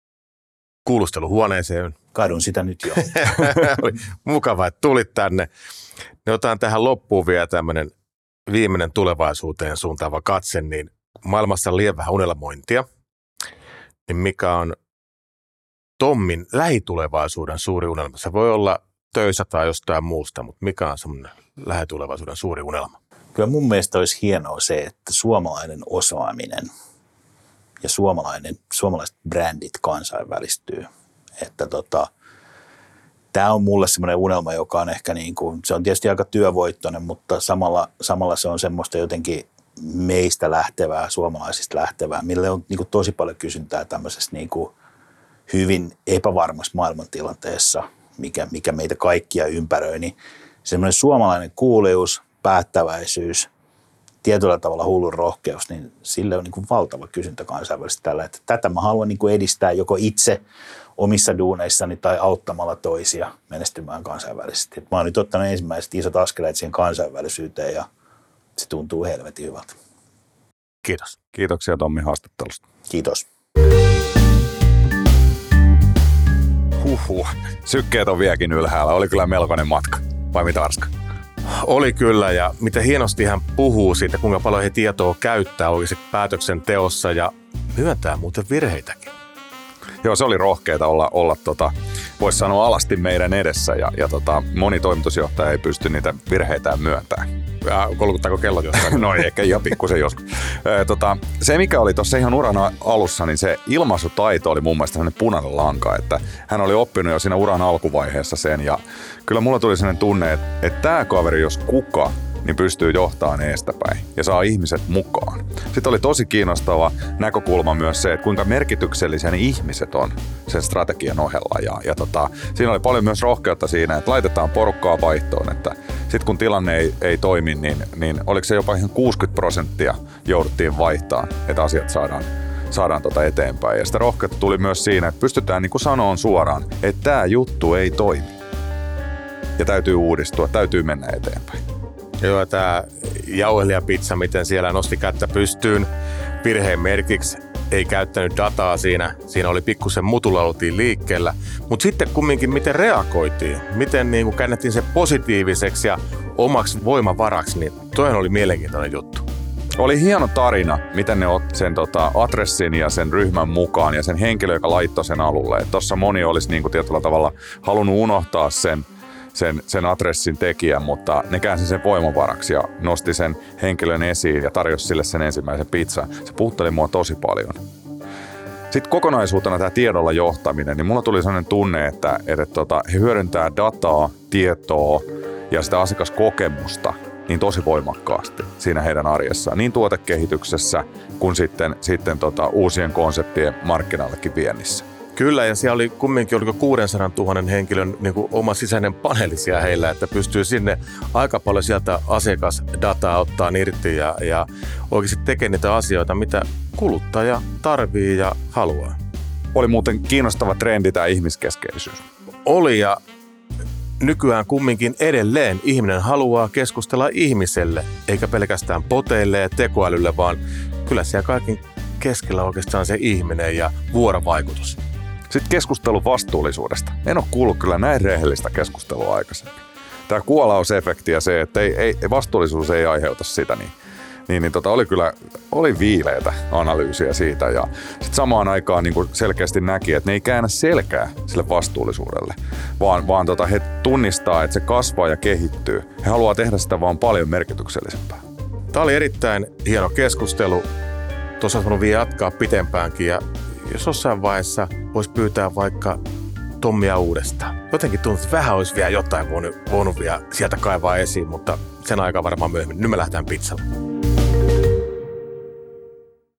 kuulusteluhuoneeseen. Kadun sitä nyt jo. Oli mukava, että tulit tänne. Ne otetaan tähän loppuun vielä tämmöinen viimeinen tulevaisuuteen suuntaava katse, niin maailmassa on liian vähän unelmointia, niin mikä on Tommin lähitulevaisuuden suuri unelma? Se voi olla töissä tai jostain muusta, mutta mikä on semmoinen lähitulevaisuuden suuri unelma? Kyllä mun mielestä olisi hienoa se, että suomalainen osaaminen ja suomalainen, suomalaiset brändit kansainvälistyy. Että tota, tämä on mulle semmoinen unelma, joka on ehkä niin kuin, se on tietysti aika työvoittoinen, mutta samalla, samalla se on semmoista jotenkin meistä lähtevää, suomalaisista lähtevää, mille on niin kuin tosi paljon kysyntää tämmöisessä niin kuin hyvin epävarmassa maailmantilanteessa, mikä, mikä meitä kaikkia ympäröi, niin semmoinen suomalainen kuulius, päättäväisyys, tietyllä tavalla hullun rohkeus, niin sille on niin kuin valtava kysyntä kansainvälisesti tällä, että tätä mä haluan niin kuin edistää joko itse omissa duuneissani tai auttamalla toisia menestymään kansainvälisesti. Mä oon nyt ottanut ensimmäiset isot askeleet siihen kansainvälisyyteen ja se tuntuu helvetin hyvältä. Kiitos. Kiitoksia Tommi haastattelusta. Kiitos. Huhhuh. Sykkeet on vieläkin ylhäällä. Oli kyllä melkoinen matka. Vai mitä, Arska? Oli kyllä, ja miten hienosti hän puhuu siitä, kuinka paljon he tietoa käyttää oikeasti päätöksenteossa ja myöntää muuten virheitäkin. Joo, se oli rohkeata olla, olla tota, voisi sanoa alasti meidän edessä ja, ja tota, moni toimitusjohtaja ei pysty niitä virheitään myöntämään. Ja kolkuttaako kellot jostain? No ehkä ihan pikkusen joskus. E, tota, se mikä oli tuossa ihan uran alussa, niin se ilmaisutaito oli mun mielestä sellainen punainen lanka, että hän oli oppinut jo siinä uran alkuvaiheessa sen ja kyllä mulla tuli sellainen tunne, että, että tämä kaveri jos kuka, niin pystyy johtamaan eestäpäin ja saa ihmiset mukaan. Sitten oli tosi kiinnostava näkökulma myös se, että kuinka merkityksellisiä ne ihmiset on sen strategian ohella. Ja, ja tota, siinä oli paljon myös rohkeutta siinä, että laitetaan porukkaa vaihtoon, että sitten kun tilanne ei, ei toimi, niin, niin oliko se jopa ihan kuusikymmentä prosenttia jouduttiin vaihtamaan, että asiat saadaan, saadaan tota eteenpäin. Ja sitä rohkeutta tuli myös siinä, että pystytään niin kuin sanomaan suoraan, että tämä juttu ei toimi. Ja täytyy uudistua, täytyy mennä eteenpäin. Joo, tämä jauhelijapizza, miten siellä nosti kättä pystyyn virheen merkiksi, ei käyttänyt dataa siinä. Siinä oli pikkusen mutulla oltiin liikkeellä. Mutta sitten kumminkin, miten reagoitiin, miten niin kuin käännettiin se positiiviseksi ja omaksi voimavaraksi, niin toinen oli mielenkiintoinen juttu. Oli hieno tarina, miten ne otti sen tota, adressin ja sen ryhmän mukaan ja sen henkilö, joka laittoi sen alulle. Tuossa moni olisi niin kuin tietyllä tavalla halunnut unohtaa sen Sen, sen adressin tekijän, mutta ne käänsi sen voimavaraksi ja nosti sen henkilön esiin ja tarjosi sille sen ensimmäisen pizzan. Se puhutteli mua tosi paljon. Sitten kokonaisuutena tämä tiedolla johtaminen, niin mulla tuli sellainen tunne, että, että, että he hyödyntää dataa, tietoa ja sitä asiakaskokemusta niin tosi voimakkaasti siinä heidän arjessaan, niin tuotekehityksessä kuin sitten, sitten tota, uusien konseptien markkinallekin viennissä. Kyllä, ja siellä oli kumminkin oliko kuudensadantuhannen henkilön niin kuin oma sisäinen paneeli siellä heillä, että pystyy sinne aika paljon sieltä asiakasdataa ottaa irti ja, ja oikeasti tekemään niitä asioita, mitä kuluttaja tarvii ja haluaa. Oli muuten kiinnostava trendi tämä ihmiskeskeisyys. Oli, ja nykyään kumminkin edelleen ihminen haluaa keskustella ihmiselle, eikä pelkästään poteille ja tekoälylle, vaan kyllä siellä kaiken keskellä oikeastaan se ihminen ja vuorovaikutus. Sitten keskustelu vastuullisuudesta. En ole kuullut kyllä näin rehellistä keskustelua aikaisemmin. Tämä kuolausefekti ja se, että ei, ei, vastuullisuus ei aiheuta sitä, niin, niin, niin tota, oli kyllä oli viileitä analyysiä siitä. Ja sitten samaan aikaan niin kuin selkeästi näki, että ne ei käännä selkää sille vastuullisuudelle, vaan, vaan tota, he tunnistaa, että se kasvaa ja kehittyy. He haluaa tehdä sitä vaan paljon merkityksellisempää. Tämä oli erittäin hieno keskustelu. Tuossa olisi voinut vielä jatkaa pitempäänkin ja jos jossain vaiheessa voisi pyytää vaikka Tommia uudestaan. Jotenkin tuntuu, että vähän olisi vielä jotain voinut, voinut vielä sieltä kaivaa esiin, mutta sen aikaa varmaan myöhemmin. Nyt me lähdetään pizzalle.